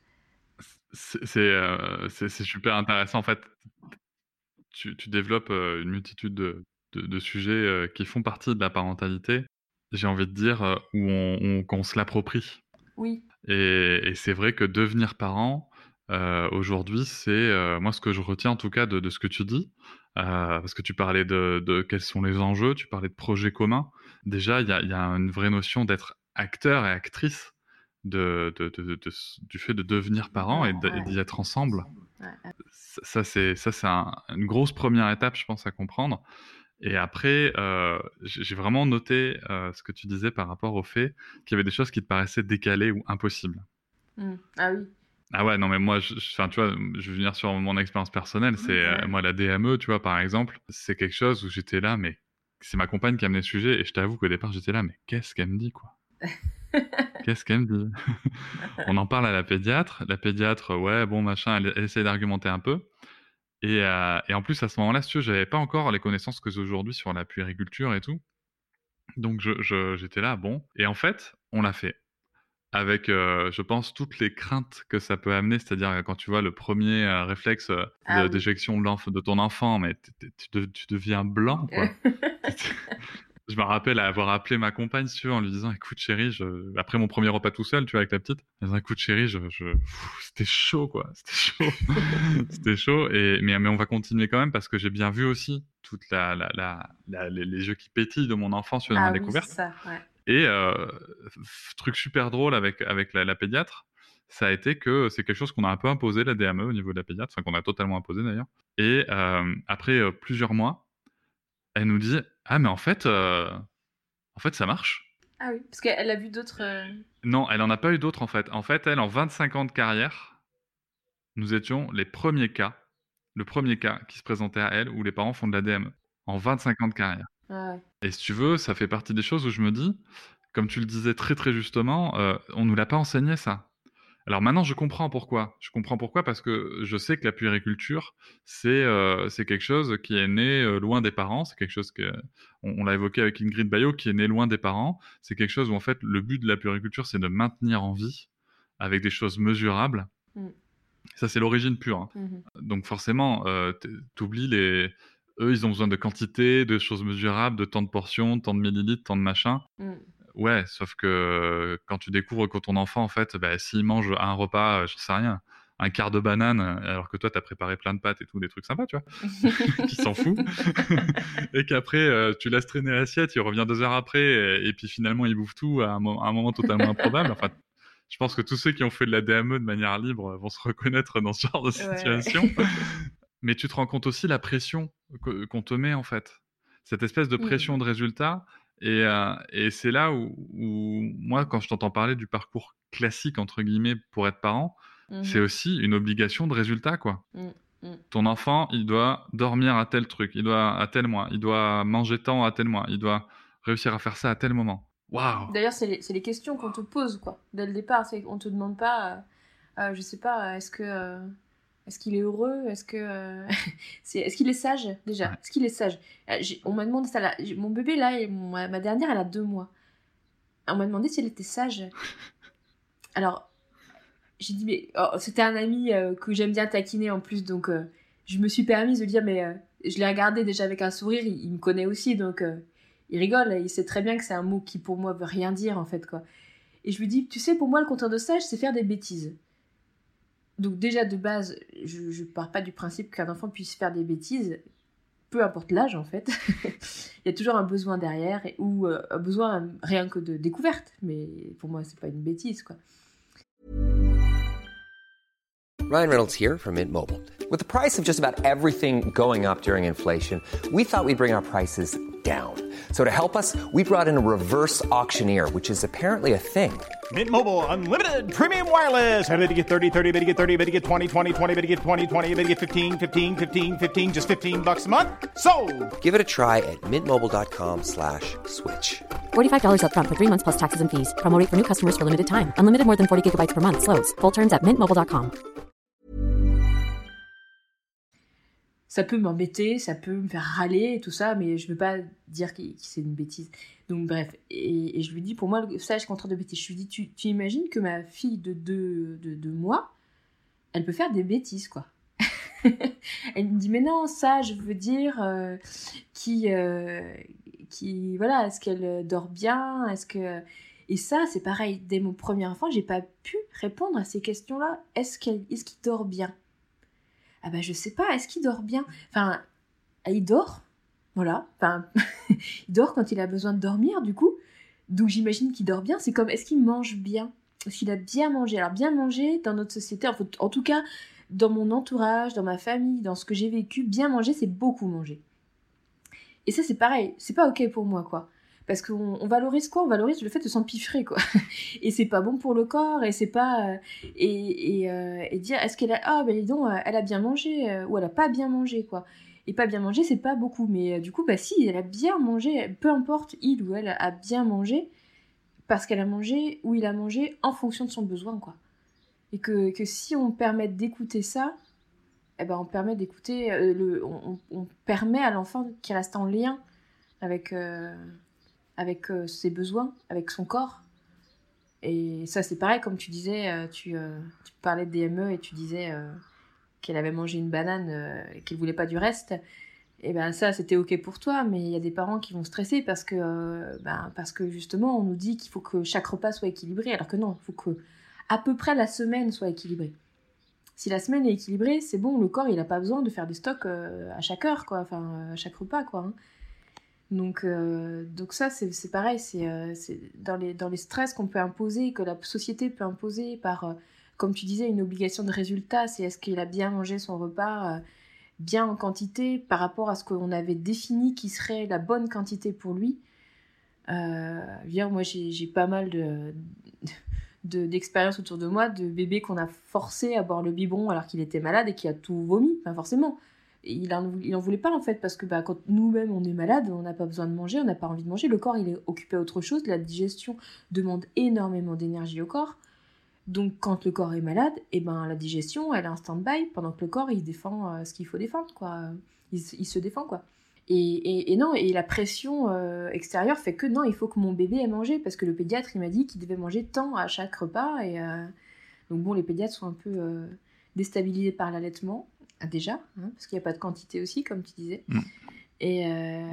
C'est super intéressant. En fait, tu développes une multitude de sujets qui font partie de la parentalité, j'ai envie de dire, où qu'on se l'approprie. Oui. Et c'est vrai que devenir parent, aujourd'hui, c'est moi ce que je retiens en tout cas de ce que tu dis, parce que tu parlais de quels sont les enjeux, tu parlais de projets communs. Déjà, il y a une vraie notion d'être acteur et actrice du fait de devenir parent et d'y être ensemble. Ouais. Ça, c'est une grosse première étape, je pense, à comprendre. Et après, j'ai vraiment noté ce que tu disais par rapport au fait qu'il y avait des choses qui te paraissaient décalées ou impossibles. Ah oui. Ah ouais, non, mais moi, tu vois, je vais venir sur mon expérience personnelle. Moi, la DME, tu vois, par exemple, c'est quelque chose où j'étais là, mais c'est ma compagne qui a amené le sujet, et je t'avoue qu'au départ, j'étais là, mais qu'est-ce qu'elle me dit, quoi? Qu'est-ce qu'elle me dit? On en parle à la pédiatre. La pédiatre, ouais, bon, machin, elle essaie d'argumenter un peu. Et en plus, à ce moment-là, si tu veux, j'avais pas encore les connaissances que j'ai aujourd'hui sur la puériculture et tout. Donc j'étais là, bon. Et en fait, on l'a fait. Avec, je pense, toutes les craintes que ça peut amener. C'est-à-dire, quand tu vois le premier réflexe d'éjection de ton enfant, mais tu deviens blanc, quoi. Je me rappelle avoir appelé ma compagne, si tu veux, en lui disant, écoute chérie, après mon premier repas tout seul, tu vois, avec la petite, en disant, écoute chérie, c'était chaud, quoi. C'était chaud. C'était chaud. Mais on va continuer quand même parce que j'ai bien vu aussi toute les yeux qui pétillent de mon enfant sur la découverte. C'est ça, ouais. Et truc super drôle avec la pédiatre, ça a été que c'est quelque chose qu'on a un peu imposé, la DME, au niveau de la pédiatre, enfin qu'on a totalement imposé d'ailleurs. Et après plusieurs mois, elle nous dit, ah mais en fait ça marche. Ah oui, parce qu'elle a vu d'autres... Non, elle en a pas eu d'autres en fait. En fait, elle, en 25 ans de carrière, nous étions le premier cas qui se présentait à elle où les parents font de la DME. En 25 ans de carrière. Ah ouais. Et si tu veux, ça fait partie des choses où je me dis, comme tu le disais très très justement, on nous l'a pas enseigné ça. Alors maintenant, je comprends pourquoi. Je comprends pourquoi parce que je sais que la puériculture, c'est quelque chose qui est né loin des parents. C'est quelque chose on l'a évoqué avec Ingrid Baillot, qui est né loin des parents. C'est quelque chose où en fait le but de la puériculture, c'est de maintenir en vie avec des choses mesurables. Ça, c'est l'origine pure. Hein. Donc forcément, t'oublies eux, ils ont besoin de quantité, de choses mesurables, de tant de portions, tant de millilitres, tant de machin. Ouais, sauf que quand tu découvres que ton enfant, en fait, s'il mange un repas, j'en sais rien, un quart de banane, alors que toi, t'as préparé plein de pâtes et tout, des trucs sympas, tu vois, qui s'en fout, et qu'après, tu laisses traîner l'assiette, il revient 2 heures après, et puis finalement, il bouffe tout à un moment totalement improbable. Enfin, je pense que tous ceux qui ont fait de la DME de manière libre vont se reconnaître dans ce genre de situation. Ouais. Mais tu te rends compte aussi la pression qu'on te met, en fait. Cette espèce de pression de résultat. Et c'est là où moi, quand je t'entends parler du parcours classique, entre guillemets, pour être parent, c'est aussi une obligation de résultat, quoi. Ton enfant, il doit dormir à tel truc, il doit à tel mois, il doit manger tant à tel mois, il doit réussir à faire ça à tel moment. Waouh! D'ailleurs, c'est les questions qu'on te pose, quoi, dès le départ. On te demande pas, je sais pas, est-ce qu'il est heureux? Est-ce qu'il est sage, déjà? Ouais. Est-ce qu'il est sage? On m'a demandé ça, là. Mon bébé, là, ma dernière, elle a 2 mois. On m'a demandé si elle était sage. Alors, j'ai dit, mais... c'était un ami que j'aime bien taquiner, en plus, donc je me suis permise de dire, mais... je l'ai regardé déjà avec un sourire, il me connaît aussi, donc il rigole, il sait très bien que c'est un mot qui, pour moi, veut rien dire, en fait, quoi. Et je lui dis, tu sais, pour moi, le contraire de sage, c'est faire des bêtises. Donc déjà, de base, je pars pas du principe qu'un enfant puisse faire des bêtises, peu importe l'âge, en fait. Il y a toujours un besoin derrière, ou un besoin rien que de découverte. Mais pour moi, c'est pas une bêtise, quoi. Ryan Reynolds here from Mint Mobile. With the price of just about everything going up during inflation, we thought we'd bring our prices down. So to help us, we brought in a reverse auctioneer, which is apparently a thing. Mint Mobile Unlimited Premium Wireless. How to get 30, 30, bit to get 30, bit to get 20, 20, 20, bit to get 20, 20, bit to get 15, 15, 15, 15, just $15 a month? Sold! Give it a try at mintmobile.com/switch. $45 up front for 3 months plus taxes and fees. Promo rate for new customers for limited time. Unlimited more than 40 gigabytes per month. Slows full terms at mintmobile.com. Ça peut m'embêter, ça peut me faire râler et tout ça, mais je veux pas dire que c'est une bêtise. Donc bref, et je lui dis, pour moi, ça, je suis contraire de bêtise. Je lui dis, tu imagines que ma fille de 2 mois, elle peut faire des bêtises, quoi. Elle me dit, mais non, ça, je veux dire, voilà, est-ce qu'elle dort bien, est-ce que... Et ça, c'est pareil, dès mon premier enfant, j'ai pas pu répondre à ces questions-là. Est-ce qu'il dort bien ? Ah ben je sais pas, est-ce qu'il dort bien ? Enfin, il dort, voilà. Enfin, il dort quand il a besoin de dormir, du coup. Donc j'imagine qu'il dort bien. C'est comme, est-ce qu'il mange bien ? Est-ce qu'il a bien mangé ? Alors bien manger dans notre société, en tout cas dans mon entourage, dans ma famille, dans ce que j'ai vécu, bien manger, c'est beaucoup manger. Et ça c'est pareil, c'est pas ok pour moi, quoi. Parce qu'on valorise quoi ? On valorise le fait de s'empiffrer, quoi. Et c'est pas bon pour le corps, et c'est pas... et dire, est-ce qu'elle a... Ah, ben dis donc, elle a bien mangé, ou elle a pas bien mangé, quoi. Et pas bien manger, c'est pas beaucoup. Mais du coup, bah si, elle a bien mangé, peu importe, il ou elle a bien mangé, parce qu'elle a mangé, ou il a mangé, en fonction de son besoin, quoi. Et que si on permet d'écouter ça, eh ben on permet d'écouter... on permet à l'enfant qui reste en lien avec ses besoins, avec son corps. Et ça, c'est pareil, comme tu disais, tu parlais de DME et tu disais qu'elle avait mangé une banane et qu'elle voulait pas du reste. Et ben ça, c'était ok pour toi, mais il y a des parents qui vont stresser parce que justement, on nous dit qu'il faut que chaque repas soit équilibré, alors que non, il faut que à peu près la semaine soit équilibrée. Si la semaine est équilibrée, c'est bon, le corps, il a pas besoin de faire des stocks à chaque heure, quoi, enfin, à chaque repas, quoi, hein. Donc ça, c'est pareil, c'est dans les stress qu'on peut imposer, que la société peut imposer par, comme tu disais, une obligation de résultat. C'est est-ce qu'il a bien mangé son repas, bien en quantité, par rapport à ce qu'on avait défini qui serait la bonne quantité pour lui. Moi, j'ai pas mal d'expériences autour de moi, de bébés qu'on a forcé à boire le biberon alors qu'il était malade et qui a tout vomi, enfin forcément. Il en voulait pas, en fait, parce que quand nous-mêmes on est malade, on n'a pas besoin de manger, on n'a pas envie de manger, le corps il est occupé à autre chose, la digestion demande énormément d'énergie au corps, donc quand le corps est malade, la digestion elle est en stand-by pendant que le corps il défend ce qu'il faut défendre, quoi. Il se défend, quoi. Et non, et la pression extérieure fait que non, il faut que mon bébé ait mangé, parce que le pédiatre il m'a dit qu'il devait manger tant à chaque repas, donc bon, les pédiatres sont un peu déstabilisés par l'allaitement. Déjà, hein, parce qu'il n'y a pas de quantité aussi, comme tu disais. Et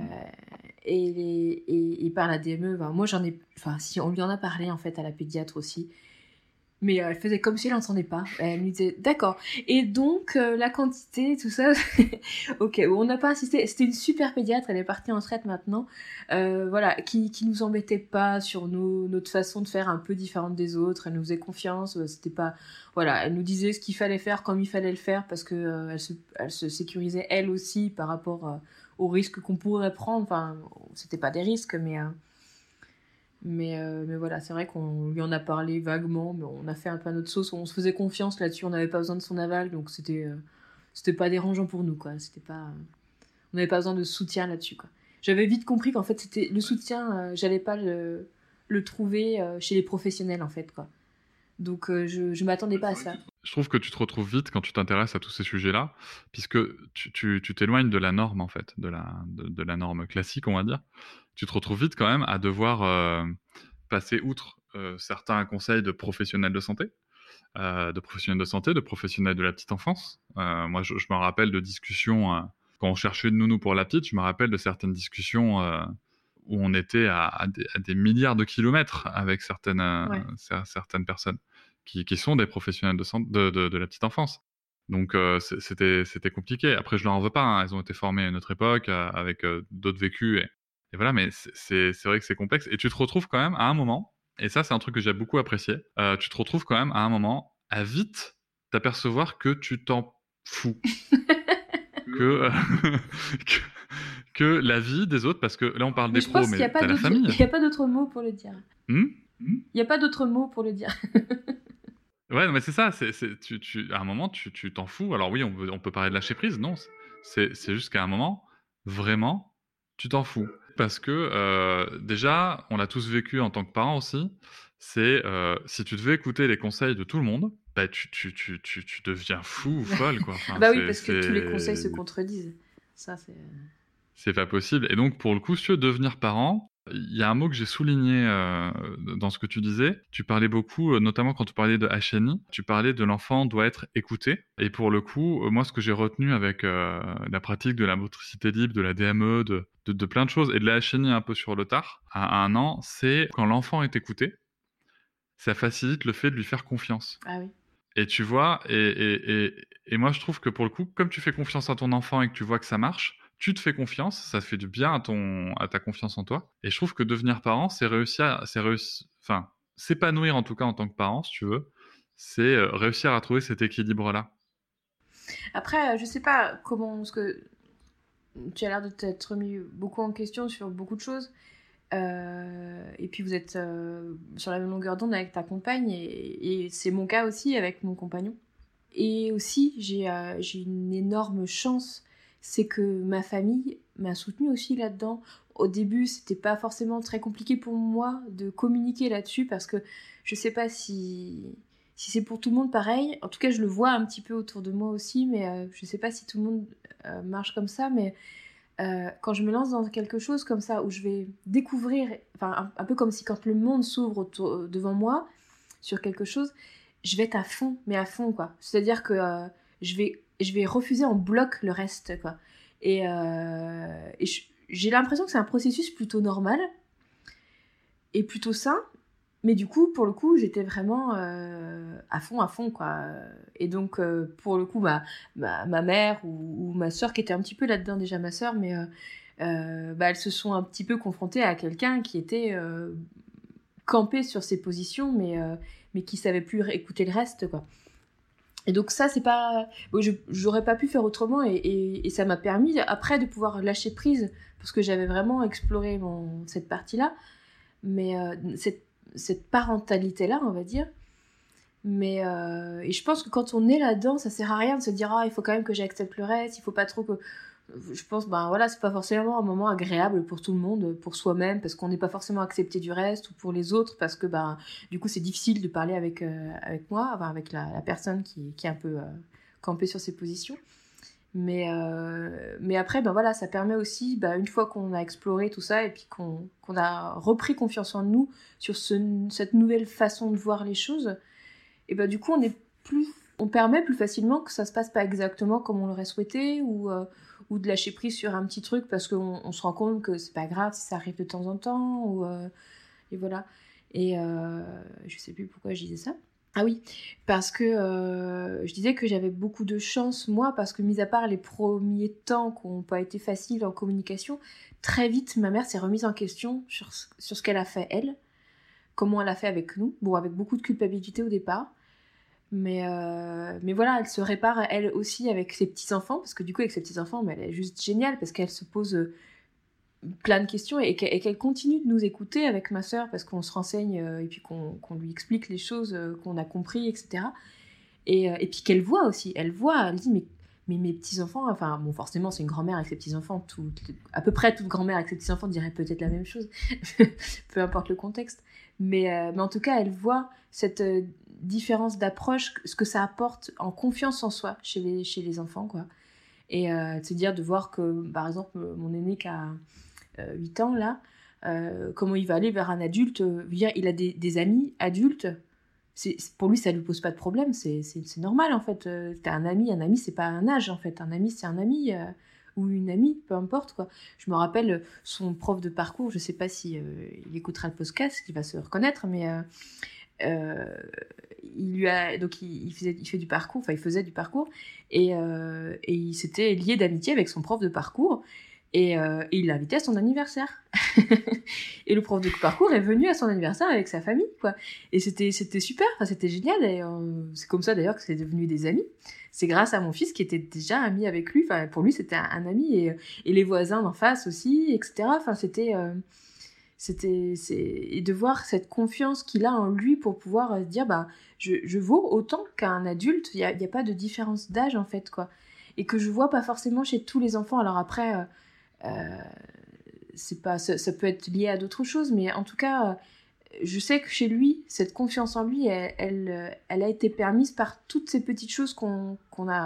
par la DME, moi j'en ai... Enfin, si on lui en a parlé, en fait, à la pédiatre aussi. Mais elle faisait comme si elle n'entendait pas. Elle me disait, d'accord. Et donc, la quantité, tout ça... Ok, bon, on n'a pas insisté. C'était une super pédiatre, elle est partie en retraite maintenant. Voilà, qui nous embêtait pas sur notre façon de faire un peu différente des autres. Elle nous faisait confiance. C'était pas... Voilà, elle nous disait ce qu'il fallait faire, comme il fallait le faire, parce que elle se sécurisait elle aussi par rapport aux risques qu'on pourrait prendre. Enfin, c'était pas des risques, mais voilà, c'est vrai qu'on lui en a parlé vaguement, mais on a fait un peu à notre sauce, on se faisait confiance là-dessus, on n'avait pas besoin de son aval, donc c'était pas dérangeant pour nous, quoi. On n'avait pas besoin de soutien là-dessus, quoi. J'avais vite compris qu'en fait, c'était le soutien, j'allais pas le trouver chez les professionnels, en fait, quoi. Donc je m'attendais pas à ça. Je trouve que tu te retrouves vite quand tu t'intéresses à tous ces sujets-là, puisque tu t'éloignes de la norme, en fait, de la norme classique, on va dire. Tu te retrouves vite quand même à devoir passer outre certains conseils de professionnels de santé, de professionnels de la petite enfance. Moi, je me rappelle de discussions, quand on cherchait une nounou pour la petite, je me rappelle de certaines discussions où on était à des milliards de kilomètres avec certaines personnes qui sont des professionnels de la petite enfance. Donc c'était compliqué. Après, je leur en veux pas, hein. Elles ont été formées à notre époque avec d'autres vécus et voilà, mais c'est vrai que c'est complexe. Et tu te retrouves quand même à un moment, et ça c'est un truc que j'ai beaucoup apprécié, tu te retrouves quand même à un moment à vite t'apercevoir que tu t'en fous. que, que la vie des autres, parce que là on parle Mais des je pros, pense mais qu'il n'y a pas t'as la d'autre- famille. il y a pas d'autre mot pour le dire. Hmm Il n'y a pas d'autre mot pour le dire. Ouais, non, mais c'est ça. À un moment, tu t'en fous. Alors oui, on peut parler de lâcher prise. Non, c'est juste qu'à un moment, vraiment, tu t'en fous. Parce que déjà, on l'a tous vécu en tant que parent aussi. C'est si tu devais écouter les conseils de tout le monde, bah tu deviens fou ou folle, quoi. Enfin, Bah oui, parce que tous les conseils se contredisent. Ça, c'est pas possible. Et donc, pour le coup, si tu veux devenir parent, il y a un mot que j'ai souligné dans ce que tu disais. Tu parlais beaucoup, notamment quand tu parlais de HNI, tu parlais de l'enfant doit être écouté. Et pour le coup, moi, ce que j'ai retenu avec la pratique de la motricité libre, de la DME, de plein de choses, et de la HNI un peu sur le tard, à 1 an, c'est quand l'enfant est écouté, ça facilite le fait de lui faire confiance. Ah oui. Et tu vois, et moi je trouve que pour le coup, comme tu fais confiance à ton enfant et que tu vois que ça marche, tu te fais confiance, ça fait du bien à ta confiance en toi. Et je trouve que devenir parent, enfin, s'épanouir en tout cas en tant que parent, si tu veux, c'est réussir à trouver cet équilibre-là. Après, je sais pas comment... Parce que tu as l'air de t'être mis beaucoup en question sur beaucoup de choses. Et puis vous êtes sur la même longueur d'onde avec ta compagne. Et c'est mon cas aussi avec mon compagnon. Et aussi, j'ai une énorme chance. C'est que ma famille m'a soutenue aussi là-dedans. Au début, c'était pas forcément très compliqué pour moi de communiquer là-dessus parce que je sais pas si c'est pour tout le monde pareil. En tout cas, je le vois un petit peu autour de moi aussi, mais je sais pas si tout le monde marche comme ça. Mais quand je me lance dans quelque chose comme ça, où je vais découvrir, enfin un peu comme si quand le monde s'ouvre devant moi sur quelque chose, je vais être à fond, mais à fond quoi. C'est-à-dire que je vais refuser en bloc le reste quoi. Et j'ai l'impression que c'est un processus plutôt normal et plutôt sain. Mais du coup, pour le coup, j'étais vraiment à fond, quoi. Et donc, pour le coup, ma mère ou ma sœur, qui était un petit peu là-dedans déjà, ma sœur, mais elles se sont un petit peu confrontées à quelqu'un qui était campé sur ses positions, mais qui savait plus écouter le reste, quoi. Et donc ça, c'est pas... Bon, j'aurais pas pu faire autrement, et ça m'a permis, après, de pouvoir lâcher prise, parce que j'avais vraiment exploré cette partie-là, mais cette parentalité-là, on va dire. Mais et je pense que quand on est là-dedans, ça sert à rien de se dire il faut quand même que j'accepte le reste, il faut pas trop que... Je pense, voilà, c'est pas forcément un moment agréable pour tout le monde, pour soi-même, parce qu'on n'est pas forcément accepté du reste, ou pour les autres, parce que du coup c'est difficile de parler avec moi, enfin, avec la personne qui est un peu campée sur ses positions. Mais après, voilà, ça permet aussi, une fois qu'on a exploré tout ça et puis qu'on a repris confiance en nous sur cette nouvelle façon de voir les choses, et du coup, on permet plus facilement que ça se passe pas exactement comme on l'aurait souhaité, ou de lâcher prise sur un petit truc parce qu'on se rend compte que c'est pas grave si ça arrive de temps en temps, et voilà. Et je sais plus pourquoi je disais ça. Ah oui, parce que je disais que j'avais beaucoup de chance, moi, parce que mis à part les premiers temps qui n'ont pas été faciles en communication, très vite, ma mère s'est remise en question sur ce qu'elle a fait, elle, comment elle a fait avec nous, avec beaucoup de culpabilité au départ, mais voilà, elle se répare, elle aussi, avec ses petits-enfants, parce que du coup, avec ses petits-enfants, elle est juste géniale, parce qu'elle se pose... plein de questions et qu'elle continue de nous écouter avec ma sœur parce qu'on se renseigne et puis qu'on lui explique les choses qu'on a compris, etc. Et puis qu'elle voit aussi, elle dit mais mes petits-enfants, enfin bon, forcément c'est une grand-mère avec ses petits-enfants, à peu près toute grand-mère avec ses petits-enfants dirait peut-être la même chose, peu importe le contexte, mais en tout cas elle voit cette différence d'approche, ce que ça apporte en confiance en soi chez les enfants, quoi. Et de se dire, de voir que par exemple mon aîné qui a 8 ans là, comment il va aller vers un adulte, il a des amis adultes, pour lui ça lui pose pas de problème, c'est normal en fait. T'as un ami c'est pas un âge en fait, un ami c'est un ami, ou une amie, peu importe quoi. Je me rappelle son prof de parcours, je sais pas si il écoutera le podcast, il va se reconnaître, mais il faisait du parcours, et il s'était lié d'amitié avec son prof de parcours. Et il l'a invité à son anniversaire. Et le prof de parcours est venu à son anniversaire avec sa famille, quoi. Et c'était super, enfin, c'était génial. Et c'est comme ça d'ailleurs que c'est devenu des amis. C'est grâce à mon fils qui était déjà ami avec lui. Enfin, pour lui, c'était un ami. Et les voisins d'en face aussi, etc. Enfin, et de voir cette confiance qu'il a en lui pour pouvoir se dire, bah, je vaux autant qu'un adulte. Il y a pas de différence d'âge, en fait, quoi. Et que je vois pas forcément chez tous les enfants. Alors après... c'est pas, ça peut être lié à d'autres choses, mais en tout cas, je sais que chez lui, cette confiance en lui, elle a été permise par toutes ces petites choses qu'on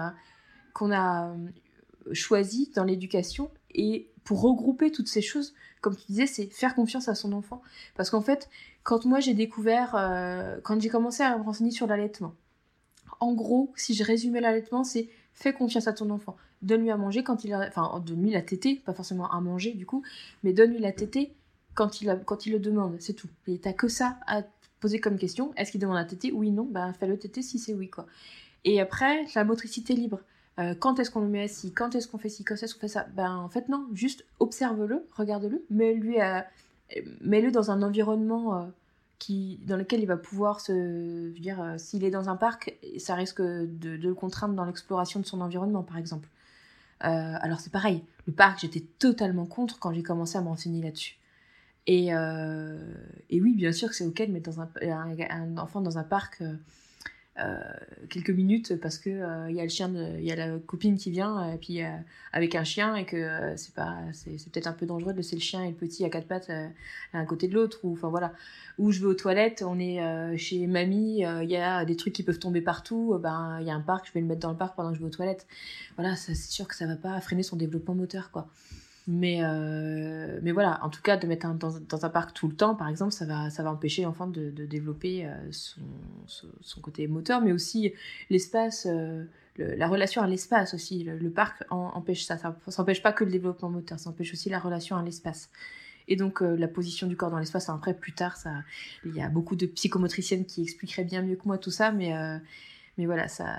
a choisies dans l'éducation. Et pour regrouper toutes ces choses, comme tu disais, c'est faire confiance à son enfant. Parce qu'en fait, quand moi j'ai découvert, quand j'ai commencé à me renseigner sur l'allaitement, en gros, si je résumais l'allaitement, c'est fais confiance à ton enfant. Donne-lui à manger quand il a... Enfin, donne-lui la tétée, pas forcément à manger du coup, mais donne-lui la tétée quand il le demande, c'est tout. Et t'as que ça à poser comme question. Est-ce qu'il demande la tétée? Oui, non, ben fais-le tétée si c'est oui, quoi. Et après, la motricité libre. Quand est-ce qu'on le met assis? Quand est-ce qu'on fait ci? Quand est-ce qu'on fait ça? Ben en fait, non, juste observe-le, regarde-le, mets-le dans un environnement... dans lequel il va pouvoir s'il est dans un parc, ça risque de le contraindre dans l'exploration de son environnement, par exemple. Alors c'est pareil, le parc, j'étais totalement contre quand j'ai commencé à me renseigner là-dessus. Et oui, bien sûr que c'est ok de mettre un enfant dans un parc quelques minutes parce que il y a la copine qui vient et puis avec un chien et que c'est peut-être un peu dangereux de laisser le chien et le petit à quatre pattes l'un à côté de l'autre, ou enfin voilà, ou je vais aux toilettes, on est chez mamie, il y a des trucs qui peuvent tomber partout, ben il y a un parc, je vais le mettre dans le parc pendant que je vais aux toilettes. Voilà, ça, c'est sûr que ça va pas freiner son développement moteur, quoi. Mais voilà, en tout cas, de mettre dans un parc tout le temps, par exemple, ça va empêcher l'enfant de développer son côté moteur, mais aussi l'espace, la relation à l'espace aussi. Le parc empêche ça. Ça n'empêche pas que le développement moteur, ça empêche aussi la relation à l'espace. Et donc, la position du corps dans l'espace, après, plus tard, il y a beaucoup de psychomotriciennes qui expliqueraient bien mieux que moi tout ça, mais voilà, ça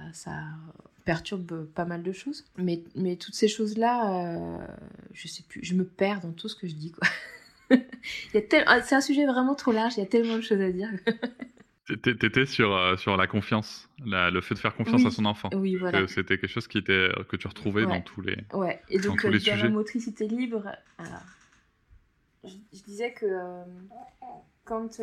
perturbe pas mal de choses. Mais toutes ces choses-là, je sais plus, je me perds dans tout ce que je dis, quoi. C'est un sujet vraiment trop large, il y a tellement de choses à dire. T'étais sur la confiance, le fait de faire confiance Oui, à son enfant. oui, voilà. Que c'était quelque chose que tu retrouvais dans tous les Ouais, et donc tous les dans la sujets. motricité libre, alors, je disais que quand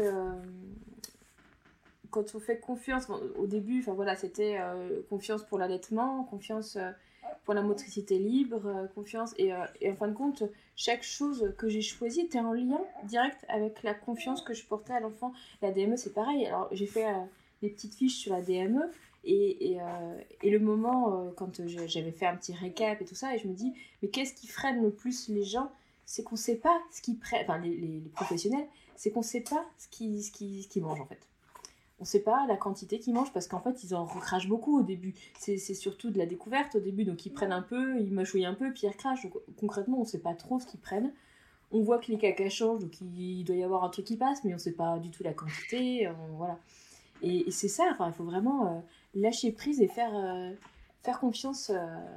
on fait confiance, au début, enfin voilà, c'était confiance pour l'allaitement, confiance pour la motricité libre, confiance, et en fin de compte, chaque chose que j'ai choisie était en lien direct avec la confiance que je portais à l'enfant. La DME, c'est pareil. Alors, j'ai fait des petites fiches sur la DME, et le moment, quand j'avais fait un petit récap et tout ça, et je me dis, mais qu'est-ce qui freine le plus les gens? C'est qu'on ne sait pas ce qu'ils prennent, enfin les professionnels, c'est qu'on ne sait pas ce qu'ils mangent, en fait. On ne sait pas la quantité qu'ils mangent parce qu'en fait, ils en recrachent beaucoup au début. C'est surtout de la découverte au début, donc ils prennent un peu, ils mâchouillent un peu, puis ils recrachent. Donc concrètement, on ne sait pas trop ce qu'ils prennent. On voit que les cacas changent, donc il doit y avoir un truc qui passe, mais on ne sait pas du tout la quantité. Voilà. Et c'est ça, enfin, il faut vraiment lâcher prise et faire confiance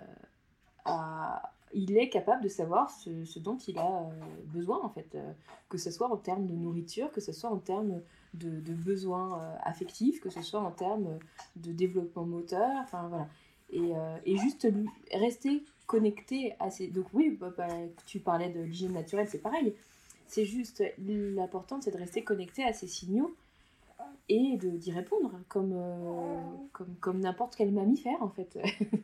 à... Il est capable de savoir ce dont il a besoin, en fait. Que ce soit en termes de nourriture, que ce soit en termes de besoins affectifs, que ce soit en termes de développement moteur, enfin voilà. Et juste rester connecté à ces... Donc oui, tu parlais de l'hygiène naturelle, c'est pareil. C'est juste, l'important, c'est de rester connecté à ces signaux et d'y répondre, comme n'importe quel mammifère, en fait.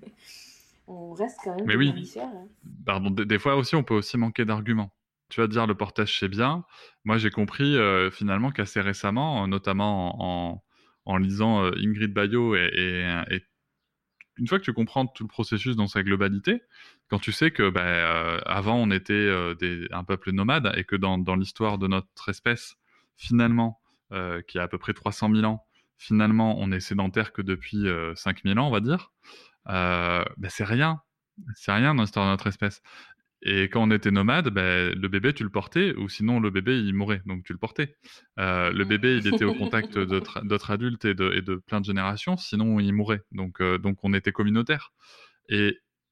On reste quand même Mais des oui. mammifères. Pardon, des fois aussi, on peut aussi manquer d'arguments. Tu vas dire le portage, c'est bien. Moi, j'ai compris finalement qu'assez récemment, notamment en lisant Ingrid Baillot et une fois que tu comprends tout le processus dans sa globalité, quand tu sais que avant on était un peuple nomade et que dans l'histoire de notre espèce, finalement, qui a à peu près 300 000 ans, finalement on est sédentaire que depuis 5 000 ans, on va dire, c'est rien. C'est rien dans l'histoire de notre espèce. Et quand on était nomade, le bébé, tu le portais, ou sinon le bébé, il mourait, donc tu le portais. Le bébé, il était au contact d'autres adultes et de plein de générations, sinon il mourait. Donc on était communautaire. Et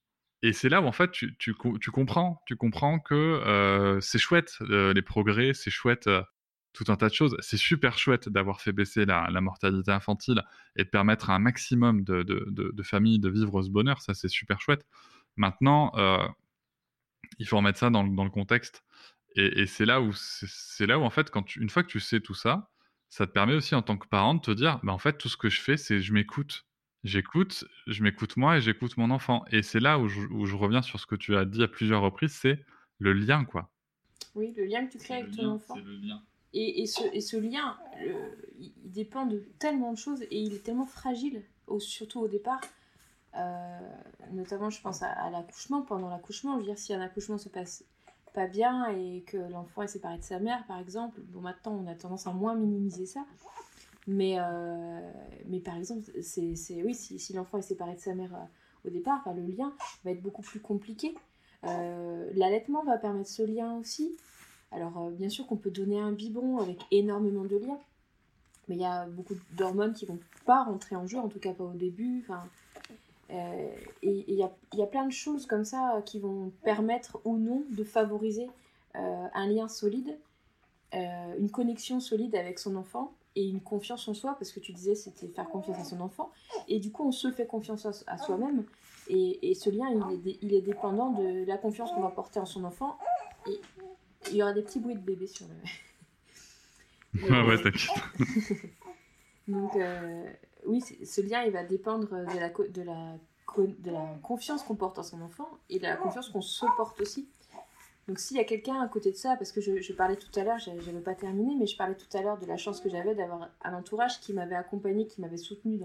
Et c'est là où en fait tu comprends que c'est chouette les progrès, c'est chouette tout un tas de choses. C'est super chouette d'avoir fait baisser la mortalité infantile et de permettre à un maximum de familles de vivre ce bonheur. Ça, c'est super chouette. Maintenant, il faut remettre ça dans le contexte. Et c'est là où en fait, une fois que tu sais tout ça, ça te permet aussi en tant que parent de te dire, bah, en fait, tout ce que je fais, c'est je m'écoute. Je m'écoute moi et j'écoute mon enfant. Et c'est là où je reviens sur ce que tu as dit à plusieurs reprises, c'est le lien, quoi. Oui, le lien que tu crées avec ton enfant. C'est le lien. Et ce lien, il dépend de tellement de choses et il est tellement fragile, surtout au départ. Notamment, je pense à l'accouchement. Pendant l'accouchement, je veux dire, si un accouchement se passe pas bien et que l'enfant est séparé de sa mère, par exemple, bon, maintenant, on a tendance à moins minimiser ça. Mais par exemple, oui, si l'enfant est séparé de sa mère au départ, le lien va être beaucoup plus compliqué. L'allaitement va permettre ce lien aussi. Alors, bien sûr qu'on peut donner un biberon avec énormément de liens, mais il y a beaucoup d'hormones qui vont pas rentrer en jeu, en tout cas pas au début. Et il y a plein de choses comme ça qui vont permettre ou non de favoriser un lien solide, une connexion solide avec son enfant et une confiance en soi, parce que tu disais c'était faire confiance à son enfant, et du coup on se fait confiance à soi-même, et ce lien il est dépendant de la confiance qu'on va porter en son enfant. Et il y aura des petits bruits de bébé sur le... Ouais, t'inquiète. Donc oui, ce lien il va dépendre de la confiance qu'on porte en son enfant et de la confiance qu'on se porte aussi. Donc s'il y a quelqu'un à côté de ça, parce que je parlais tout à l'heure, j'avais pas terminé, mais je parlais tout à l'heure de la chance que j'avais d'avoir un entourage qui m'avait accompagné, qui m'avait soutenu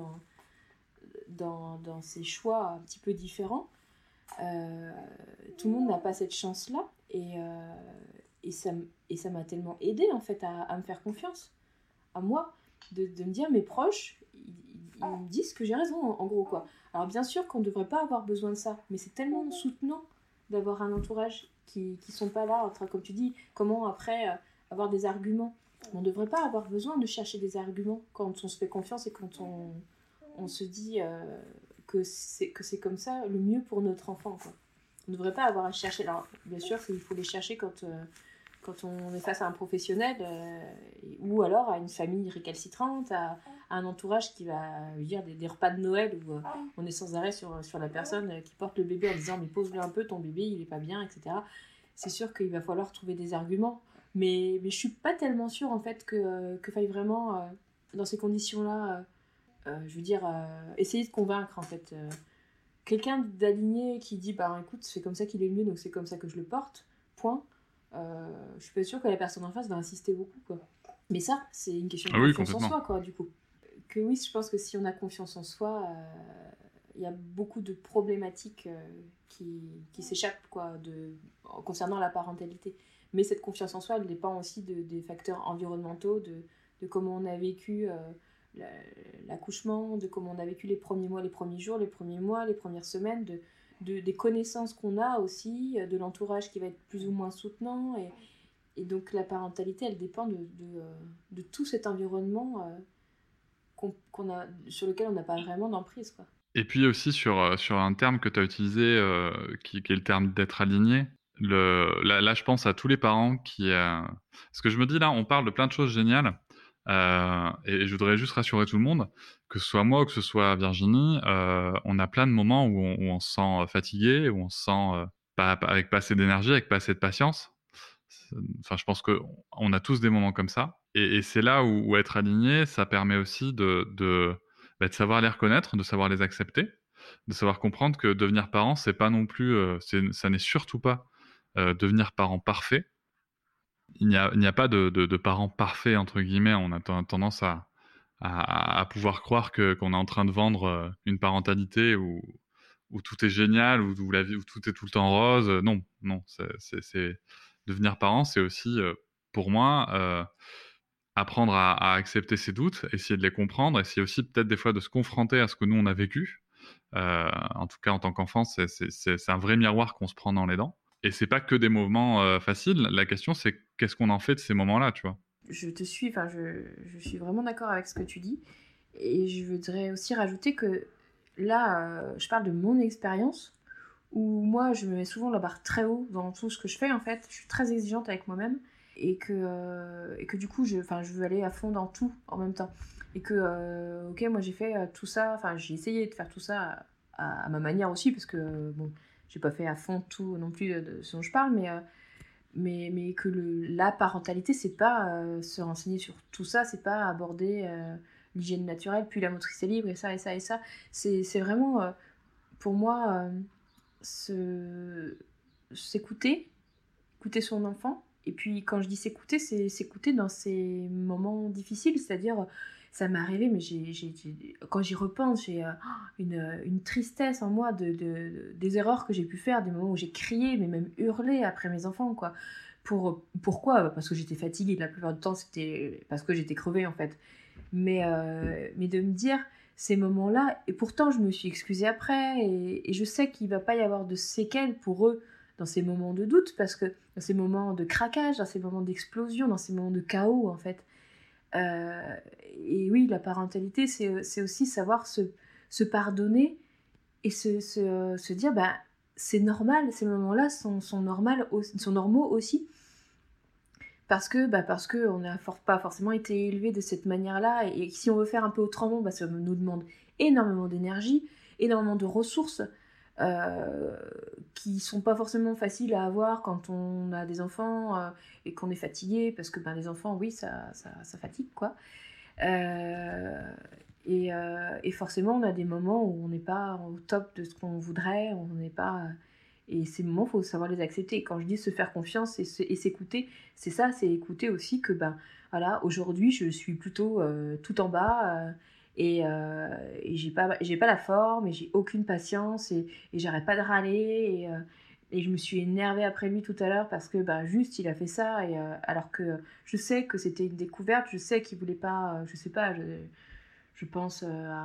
dans ces choix un petit peu différents. Tout le monde n'a pas cette chance-là, et ça m'a tellement aidée en fait à me faire confiance, à moi, de me dire mes proches, ils me disent que j'ai raison en gros, quoi. Alors bien sûr qu'on ne devrait pas avoir besoin de ça, mais c'est tellement soutenant d'avoir un entourage qui sont pas là, comme tu dis, comment après avoir des arguments. On ne devrait pas avoir besoin de chercher des arguments quand on se fait confiance et quand on se dit que c'est comme ça le mieux pour notre enfant, quoi. On ne devrait pas avoir à chercher. Alors bien sûr il faut les chercher quand on est face à un professionnel, ou alors à une famille récalcitrante, à un entourage qui va dire des repas de Noël où on est sans arrêt sur la personne qui porte le bébé en disant mais pose-le un peu, ton bébé il est pas bien, etc. C'est sûr qu'il va falloir trouver des arguments, mais je suis pas tellement sûre en fait que faille vraiment dans ces conditions-là, je veux dire, essayer de convaincre en fait quelqu'un d'aligné qui dit bah écoute c'est comme ça qu'il est le mieux, donc c'est comme ça que je le porte, point. Je suis pas sûre que la personne en face va insister beaucoup, quoi. Mais ça, c'est une question de confiance en soi, quoi, du coup. Que oui, je pense que si on a confiance en soi, il y a beaucoup de problématiques qui s'échappent, quoi, concernant la parentalité. Mais cette confiance en soi, elle dépend aussi des facteurs environnementaux, de comment on a vécu l'accouchement, de comment on a vécu les premiers mois, les premiers jours, les premiers mois, les premières semaines, des connaissances qu'on a aussi, de l'entourage qui va être plus ou moins soutenant, et donc la parentalité elle dépend de tout cet environnement sur lequel on n'a pas vraiment d'emprise, quoi. Et puis aussi sur un terme que tu as utilisé, qui est le terme d'être aligné. Là, je pense à tous les parents parce que je me dis là, on parle de plein de choses géniales, et je voudrais juste rassurer tout le monde, que ce soit moi ou que ce soit Virginie, on a plein de moments où on se sent fatigué, où on se sent avec pas assez d'énergie, avec pas assez de patience. Enfin, je pense qu'on a tous des moments comme ça, et c'est là où être aligné, ça permet aussi de savoir les reconnaître, de savoir les accepter, de savoir comprendre que devenir parent, c'est pas non plus, ça n'est surtout pas devenir parent parfait. Il n'y a pas de parents parfaits entre guillemets. On a tendance à pouvoir croire qu'on est en train de vendre une parentalité où tout est génial, où tout est tout le temps rose. Non, c'est devenir parent, c'est aussi pour moi apprendre à accepter ses doutes, essayer de les comprendre, essayer aussi peut-être des fois de se confronter à ce que nous on a vécu. En tout cas en tant qu'enfant, c'est un vrai miroir qu'on se prend dans les dents. Et c'est pas que des moments faciles. La question c'est qu'est-ce qu'on en fait de ces moments-là, tu vois. Je te suis, enfin je suis vraiment d'accord avec ce que tu dis, et je voudrais aussi rajouter que là je parle de mon expérience où moi, je me mets souvent la barre très haut dans tout ce que je fais, en fait. Je suis très exigeante avec moi-même, et que du coup, je veux aller à fond dans tout en même temps. Et que, ok, moi, j'ai fait tout ça, enfin, j'ai essayé de faire tout ça à ma manière aussi, parce que, bon, j'ai pas fait à fond tout non plus de ce dont je parle, mais que la parentalité, c'est pas se renseigner sur tout ça, c'est pas aborder l'hygiène naturelle, puis la motricité libre, et ça, et ça, et ça. C'est vraiment, pour moi, s'écouter, écouter son enfant. Et puis, quand je dis s'écouter, c'est s'écouter dans ces moments difficiles, c'est-à-dire, ça m'est arrivé, mais quand j'y repense, j'ai une tristesse en moi des erreurs que j'ai pu faire, des moments où j'ai crié, mais même hurlé après mes enfants, quoi. Pourquoi ? Parce que j'étais fatiguée, la plupart du temps, c'était parce que j'étais crevée, en fait. Mais de me dire, ces moments-là, et pourtant, je me suis excusée après, et je sais qu'il ne va pas y avoir de séquelles pour eux dans ces moments de doute, parce que dans ces moments de craquage, dans ces moments d'explosion, dans ces moments de chaos, en fait. Et oui, la parentalité, c'est aussi savoir se pardonner et se dire, bah, c'est normal, ces moments-là sont normaux aussi, parce que on n'a pas forcément été élevé de cette manière-là, et si on veut faire un peu autrement, bah, ça nous demande énormément d'énergie, énormément de ressources, qui sont pas forcément faciles à avoir quand on a des enfants, et qu'on est fatigué, parce que les enfants, oui, ça fatigue, quoi. Et forcément, on a des moments où on n'est pas au top de ce qu'on voudrait, on n'est pas... Et ces moments, il faut savoir les accepter. Quand je dis se faire confiance et s'écouter, c'est ça, c'est écouter aussi que, voilà, aujourd'hui, je suis plutôt tout en bas, et j'ai pas la forme, et j'ai aucune patience, et j'arrête pas de râler, et je me suis énervée après lui tout à l'heure parce que juste il a fait ça, et alors que je sais que c'était une découverte, je sais qu'il voulait pas, je sais pas, je pense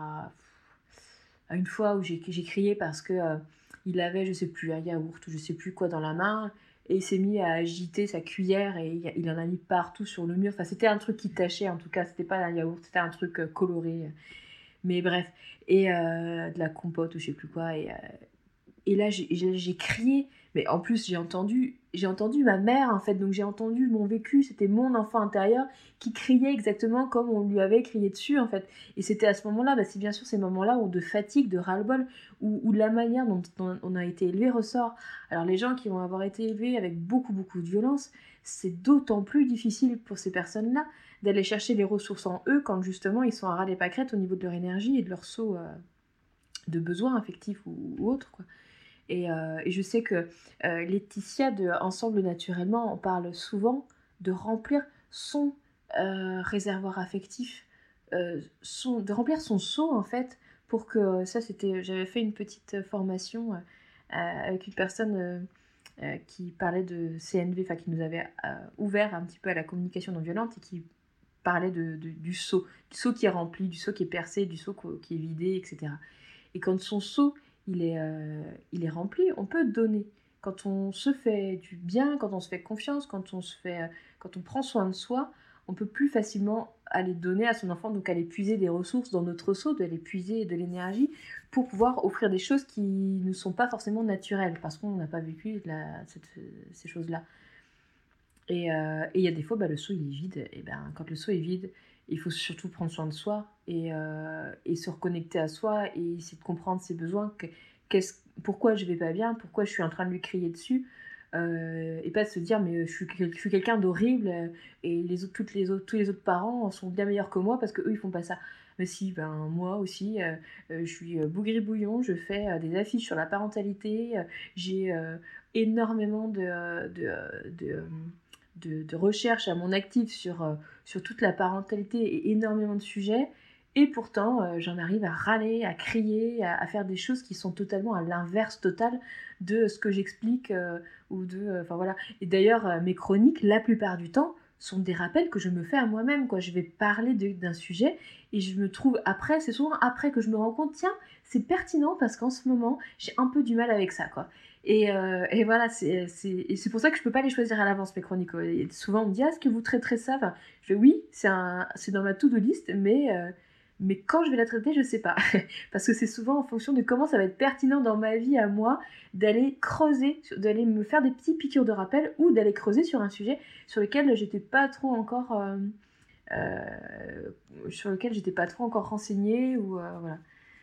à une fois où j'ai crié parce que il avait, je sais plus, un yaourt ou je sais plus quoi dans la main, et il s'est mis à agiter sa cuillère, et il en a mis partout sur le mur. Enfin, c'était un truc qui tachait, en tout cas, c'était pas un yaourt, c'était un truc coloré, mais bref, et de la compote ou je sais plus quoi, et là j'ai crié, mais en plus j'ai entendu ma mère, en fait, donc j'ai entendu mon vécu, c'était mon enfant intérieur qui criait exactement comme on lui avait crié dessus, en fait. Et c'était à ce moment-là, c'est bien sûr ces moments-là où de fatigue, de ras-le-bol, où la manière dont on a été élevé ressort. Alors les gens qui vont avoir été élevés avec beaucoup beaucoup de violence, c'est d'autant plus difficile pour ces personnes-là d'aller chercher les ressources en eux quand justement ils sont à ras des pâquerettes au niveau de leur énergie et de leur saut de besoins affectifs ou autres, quoi. Et je sais que Laetitia de Ensemble Naturellement, on parle souvent de remplir son réservoir affectif, de remplir son seau, en fait, pour que j'avais fait une petite formation avec une personne qui parlait de CNV, enfin qui nous avait ouvert un petit peu à la communication non violente, et qui parlait du seau qui est rempli, du seau qui est percé, du seau qui est vidé, etc. Et quand son seau il est rempli, on peut donner. Quand on se fait du bien, quand on se fait confiance, quand on prend soin de soi, on peut plus facilement aller donner à son enfant, donc aller puiser des ressources dans notre seau, d'aller puiser de l'énergie pour pouvoir offrir des choses qui ne sont pas forcément naturelles, parce qu'on n'a pas vécu ces choses-là. Et il y a des fois, le seau il est vide, et quand le seau est vide, il faut surtout prendre soin de soi, et se reconnecter à soi, et essayer de comprendre ses besoins, pourquoi je vais pas bien, pourquoi je suis en train de lui crier dessus, et pas de se dire mais je suis quelqu'un d'horrible, et tous les autres parents sont bien meilleurs que moi parce que eux ils font pas ça. Mais si, moi aussi, je suis bougri-bouillon, je fais des affiches sur la parentalité, j'ai énormément de recherches à mon actif sur toute la parentalité, et énormément de sujets, et pourtant j'en arrive à râler, à crier, à faire des choses qui sont totalement à l'inverse total de ce que j'explique, voilà. Et d'ailleurs mes chroniques, la plupart du temps, sont des rappels que je me fais à moi-même, quoi. Je vais parler d'un sujet, et je me trouve après, c'est souvent après que je me rends compte, tiens, c'est pertinent parce qu'en ce moment j'ai un peu du mal avec ça, quoi. Et voilà, c'est pour ça que je peux pas les choisir à l'avance, mes chroniques. Et souvent on me dit, est-ce que vous traiterez ça, je fais oui, c'est dans ma to-do list, mais Mais quand je vais la traiter, je sais pas. Parce que c'est souvent en fonction de comment ça va être pertinent dans ma vie à moi d'aller creuser, d'aller me faire des petites piqûres de rappel ou d'aller creuser sur un sujet sur lequel j'étais pas trop encore renseignée ou voilà.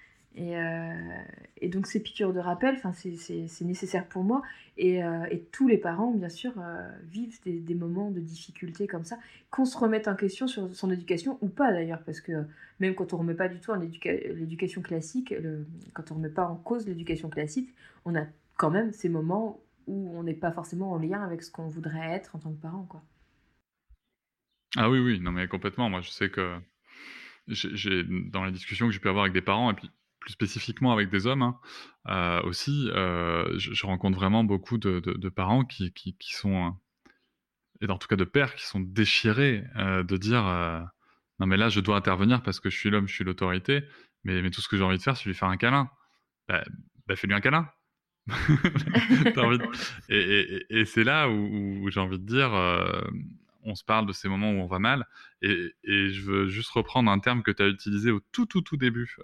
Et donc ces piqûres de rappel, c'est nécessaire pour moi. Et tous les parents, bien sûr, vivent des moments de difficulté comme ça, qu'on se remette en question sur son éducation ou pas d'ailleurs, parce que même quand on remet pas du tout en l'éducation classique, quand on remet pas en cause l'éducation classique, on a quand même ces moments où on n'est pas forcément en lien avec ce qu'on voudrait être en tant que parent, quoi. Ah oui, oui, non mais complètement. Moi, je sais que dans les discussions que j'ai pu avoir avec des parents, et puis plus spécifiquement avec des hommes, hein, aussi, je rencontre vraiment beaucoup de parents qui sont, et en tout cas de pères qui sont déchirés, de dire non mais là je dois intervenir parce que je suis l'homme, je suis l'autorité, mais tout ce que j'ai envie de faire, c'est lui faire un câlin. Bah fais-lui un câlin. T'as envie de... et c'est là où j'ai envie de dire, on se parle de ces moments où on va mal, et je veux juste reprendre un terme que tu as utilisé au tout début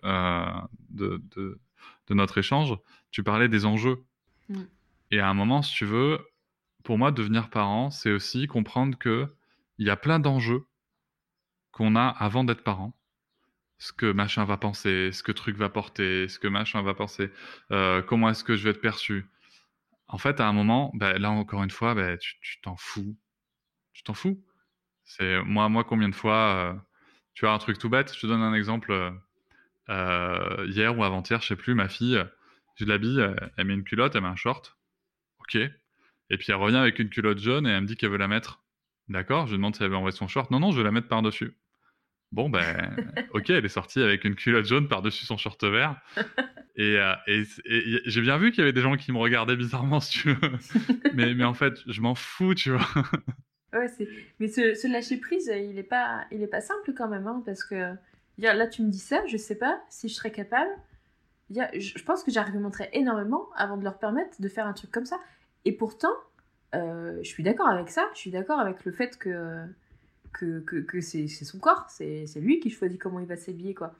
de notre échange. Tu parlais des enjeux. Mm. Et à un moment, si tu veux, pour moi, devenir parent, c'est aussi comprendre que il y a plein d'enjeux qu'on a avant d'être parent. Ce que machin va penser, ce que truc va porter, ce que machin va penser, comment est-ce que je vais être perçu. En fait, à un moment, là encore une fois, tu t'en fous. Tu t'en fous. C'est moi combien de fois, tu vois, un truc tout bête, je te donne un exemple, hier ou avant-hier, je sais plus, ma fille, je l'habille, elle met une culotte, elle met un short, OK, et puis elle revient avec une culotte jaune et elle me dit qu'elle veut la mettre. D'accord, je lui demande si elle veut enlever son short. Non, je vais la mettre par-dessus. Bon, OK, elle est sortie avec une culotte jaune par-dessus son short vert. Et j'ai bien vu qu'il y avait des gens qui me regardaient bizarrement, si tu veux. mais en fait, je m'en fous, tu vois. Ouais, mais ce lâcher prise, il est pas simple quand même, hein, parce que là tu me dis ça, je sais pas si je serais capable. Je pense que j'argumenterais énormément avant de leur permettre de faire un truc comme ça. Et pourtant, je suis d'accord avec ça, je suis d'accord avec le fait que c'est son corps, c'est lui qui choisit comment il va s'habiller, quoi.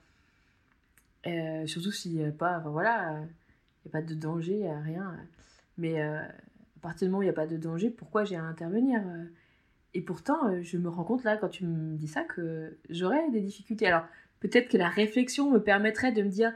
Surtout s'il n'y a pas, enfin voilà, il n'y a pas de danger, rien. Mais à partir du moment où il n'y a pas de danger, pourquoi j'ai à intervenir Et pourtant, je me rends compte là, quand tu me dis ça, que j'aurais des difficultés. Alors, peut-être que la réflexion me permettrait de me dire,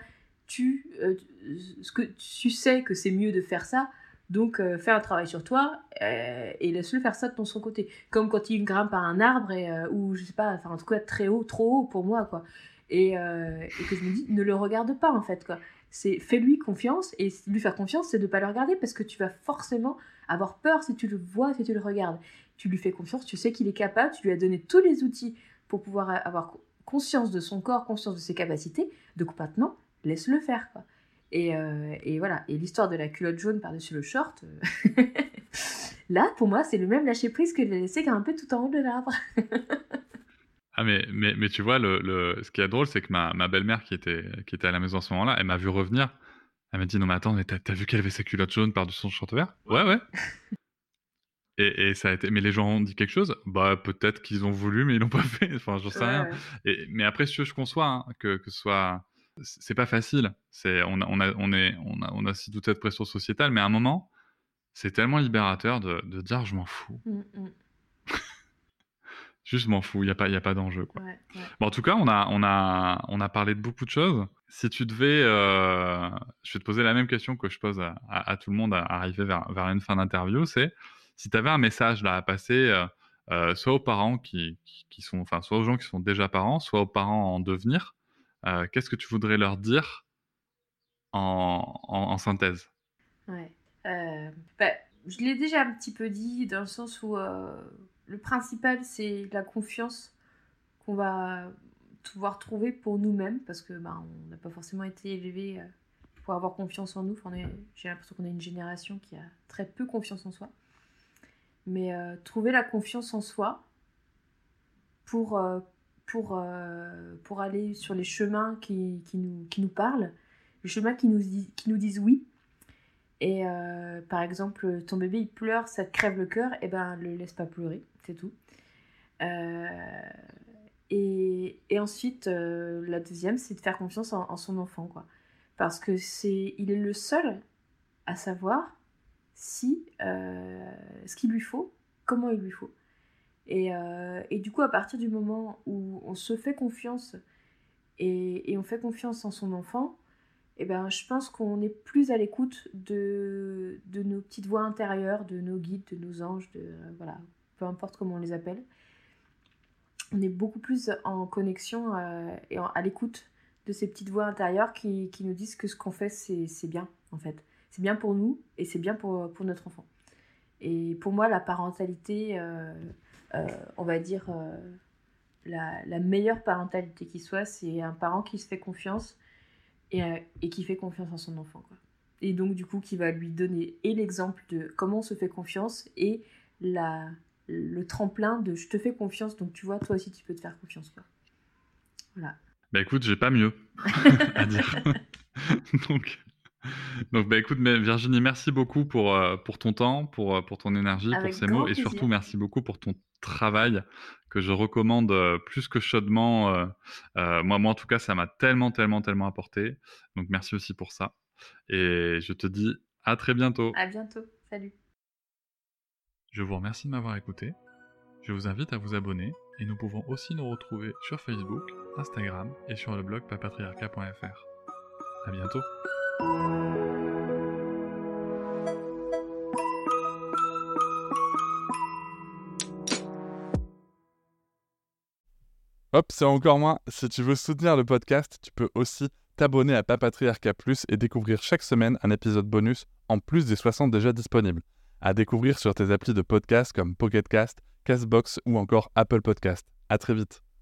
ce que tu sais que c'est mieux de faire ça, donc fais un travail sur toi et laisse-le faire ça de son côté. Comme quand il grimpe à un arbre, ou je sais pas, enfin en tout cas très haut, trop haut pour moi, quoi. Et que je me dis, ne le regarde pas en fait, quoi. Fais-lui confiance, et lui faire confiance, c'est de ne pas le regarder, parce que tu vas forcément avoir peur si tu le vois, si tu le regardes. Tu lui fais confiance, tu sais qu'il est capable, tu lui as donné tous les outils pour pouvoir avoir conscience de son corps, conscience de ses capacités, donc maintenant, laisse-le faire, quoi. Et voilà, et l'histoire de la culotte jaune par-dessus le short, là, pour moi, c'est le même lâcher-prise que de la laisser grimper tout en haut de l'arbre. Ah mais tu vois, ce qui est drôle, c'est que ma belle-mère qui était à la maison à ce moment-là, elle m'a vu revenir. Elle m'a dit non mais attends, mais t'as vu qu'elle avait sa culotte jaune par-dessus son short vert? Ouais. Et ça a été. Mais les gens ont dit quelque chose? Bah peut-être qu'ils ont voulu, mais ils l'ont pas fait. Enfin, j'en sais rien. Mais après, si je conçois, hein, que ce soit, c'est pas facile. On a si doute cette pression sociétale, mais à un moment, c'est tellement libérateur de dire je m'en fous. Juste, je m'en fous, il y a pas d'enjeu, quoi. Ouais. Bon, en tout cas, on a parlé de beaucoup de choses. Si tu devais, je vais te poser la même question que je pose à tout le monde à arriver vers une fin d'interview, c'est si tu avais un message là à passer, soit aux parents qui sont, enfin, soit aux gens qui sont déjà parents, soit aux parents en devenir, qu'est-ce que tu voudrais leur dire en synthèse? Ouais. Je l'ai déjà un petit peu dit, dans le sens où le principal, c'est la confiance qu'on va pouvoir trouver pour nous-mêmes, parce que on n'a pas forcément été élevés pour avoir confiance en nous. Enfin, j'ai l'impression qu'on est une génération qui a très peu confiance en soi. Mais trouver la confiance en soi pour aller sur les chemins qui nous parlent, les chemins qui nous disent oui. Et par exemple, ton bébé il pleure, ça te crève le cœur, et le laisse pas pleurer, c'est tout. Et ensuite, la deuxième, c'est de faire confiance en son enfant, quoi. Parce que il est le seul à savoir si ce qu'il lui faut, comment il lui faut. Et du coup, à partir du moment où on se fait confiance et on fait confiance en son enfant, eh ben, je pense qu'on est plus à l'écoute de nos petites voix intérieures, de nos guides, de nos anges, voilà, peu importe comment on les appelle. On est beaucoup plus en connexion et à l'écoute de ces petites voix intérieures qui nous disent que ce qu'on fait, c'est bien, en fait. C'est bien pour nous et c'est bien pour notre enfant. Et pour moi, la parentalité, on va dire, la meilleure parentalité qui soit, c'est un parent qui se fait confiance et qui fait confiance en son enfant, quoi. Et donc, du coup, qui va lui donner et l'exemple de comment on se fait confiance et le tremplin de je te fais confiance, donc tu vois, toi aussi, tu peux te faire confiance, quoi. Voilà. Bah écoute, j'ai pas mieux à dire. Donc bah écoute, mais Virginie, merci beaucoup pour ton temps, pour ton énergie, Avec pour ces grand mots, et plaisir. surtout merci beaucoup pour ton travail que je recommande plus que chaudement. Moi en tout cas, ça m'a tellement apporté. Donc merci aussi pour ça. Et je te dis à très bientôt. À bientôt. Salut. Je vous remercie de m'avoir écouté. Je vous invite à vous abonner et nous pouvons aussi nous retrouver sur Facebook, Instagram et sur le blog papatriarca.fr. À bientôt. Hop, c'est encore moins. Si tu veux soutenir le podcast, tu peux aussi t'abonner à Papatriarca Plus et découvrir chaque semaine un épisode bonus en plus des 60 déjà disponibles. À découvrir sur tes applis de podcast comme Pocket Cast, Castbox ou encore Apple Podcast. À très vite.